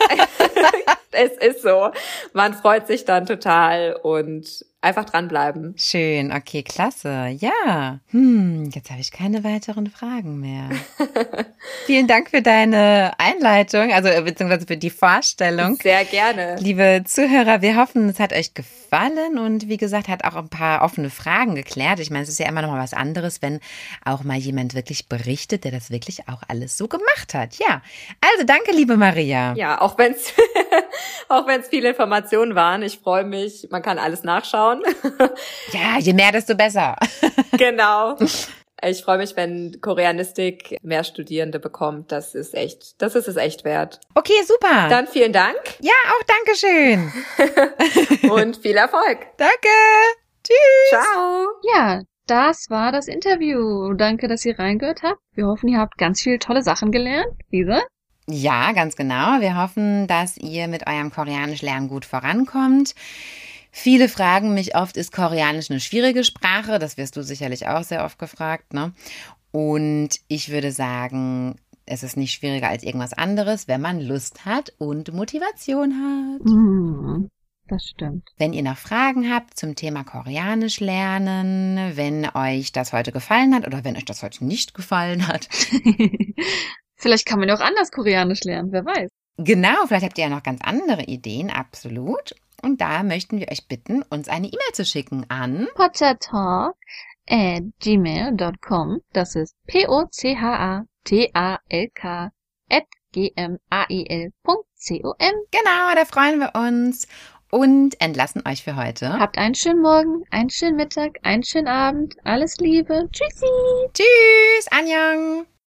Es ist so. Man freut sich dann total und einfach dranbleiben. Schön, okay, klasse. Ja. Hm, jetzt habe ich keine weiteren Fragen mehr. Vielen Dank für deine Einleitung, also beziehungsweise für die Vorstellung. Sehr gerne. Liebe Zuhörer, wir hoffen, es hat euch gefallen und wie gesagt, hat auch ein paar offene Fragen geklärt. Ich meine, es ist ja immer noch mal was anderes, wenn auch mal jemand wirklich berichtet, der das wirklich auch alles so gemacht hat. Ja, also danke, liebe Maria. Ja, auch wenn es auch wenn es viele Informationen waren. Ich freue mich, man kann alles nachschauen. Ja, je mehr, desto besser. Genau. Ich freue mich, wenn Koreanistik mehr Studierende bekommt. Das ist echt, das ist es echt wert. Okay, super. Dann vielen Dank. Ja, auch Dankeschön. Und viel Erfolg. Danke. Tschüss. Ciao. Ja, das war das Interview. Danke, dass ihr reingehört habt. Wir hoffen, ihr habt ganz viele tolle Sachen gelernt. Lisa? Ja, ganz genau. Wir hoffen, dass ihr mit eurem Koreanischlernen gut vorankommt. Viele fragen mich oft, ist Koreanisch eine schwierige Sprache? Das wirst du sicherlich auch sehr oft gefragt, ne? Und ich würde sagen, es ist nicht schwieriger als irgendwas anderes, wenn man Lust hat und Motivation hat. Hm, das stimmt. Wenn ihr noch Fragen habt zum Thema Koreanisch lernen, wenn euch das heute gefallen hat oder wenn euch das heute nicht gefallen hat, Vielleicht kann man ja auch anders Koreanisch lernen, wer weiß. genau, vielleicht habt ihr ja noch ganz andere Ideen, absolut. Und da möchten wir euch bitten, uns eine E-Mail zu schicken an pochatalk at gmail dot com. Das ist P O C H A T A L K at G M A I L Punkt com. Genau, da freuen wir uns und entlassen euch für heute. Habt einen schönen Morgen, einen schönen Mittag, einen schönen Abend. Alles Liebe. Tschüssi. Tschüss, Annyeong.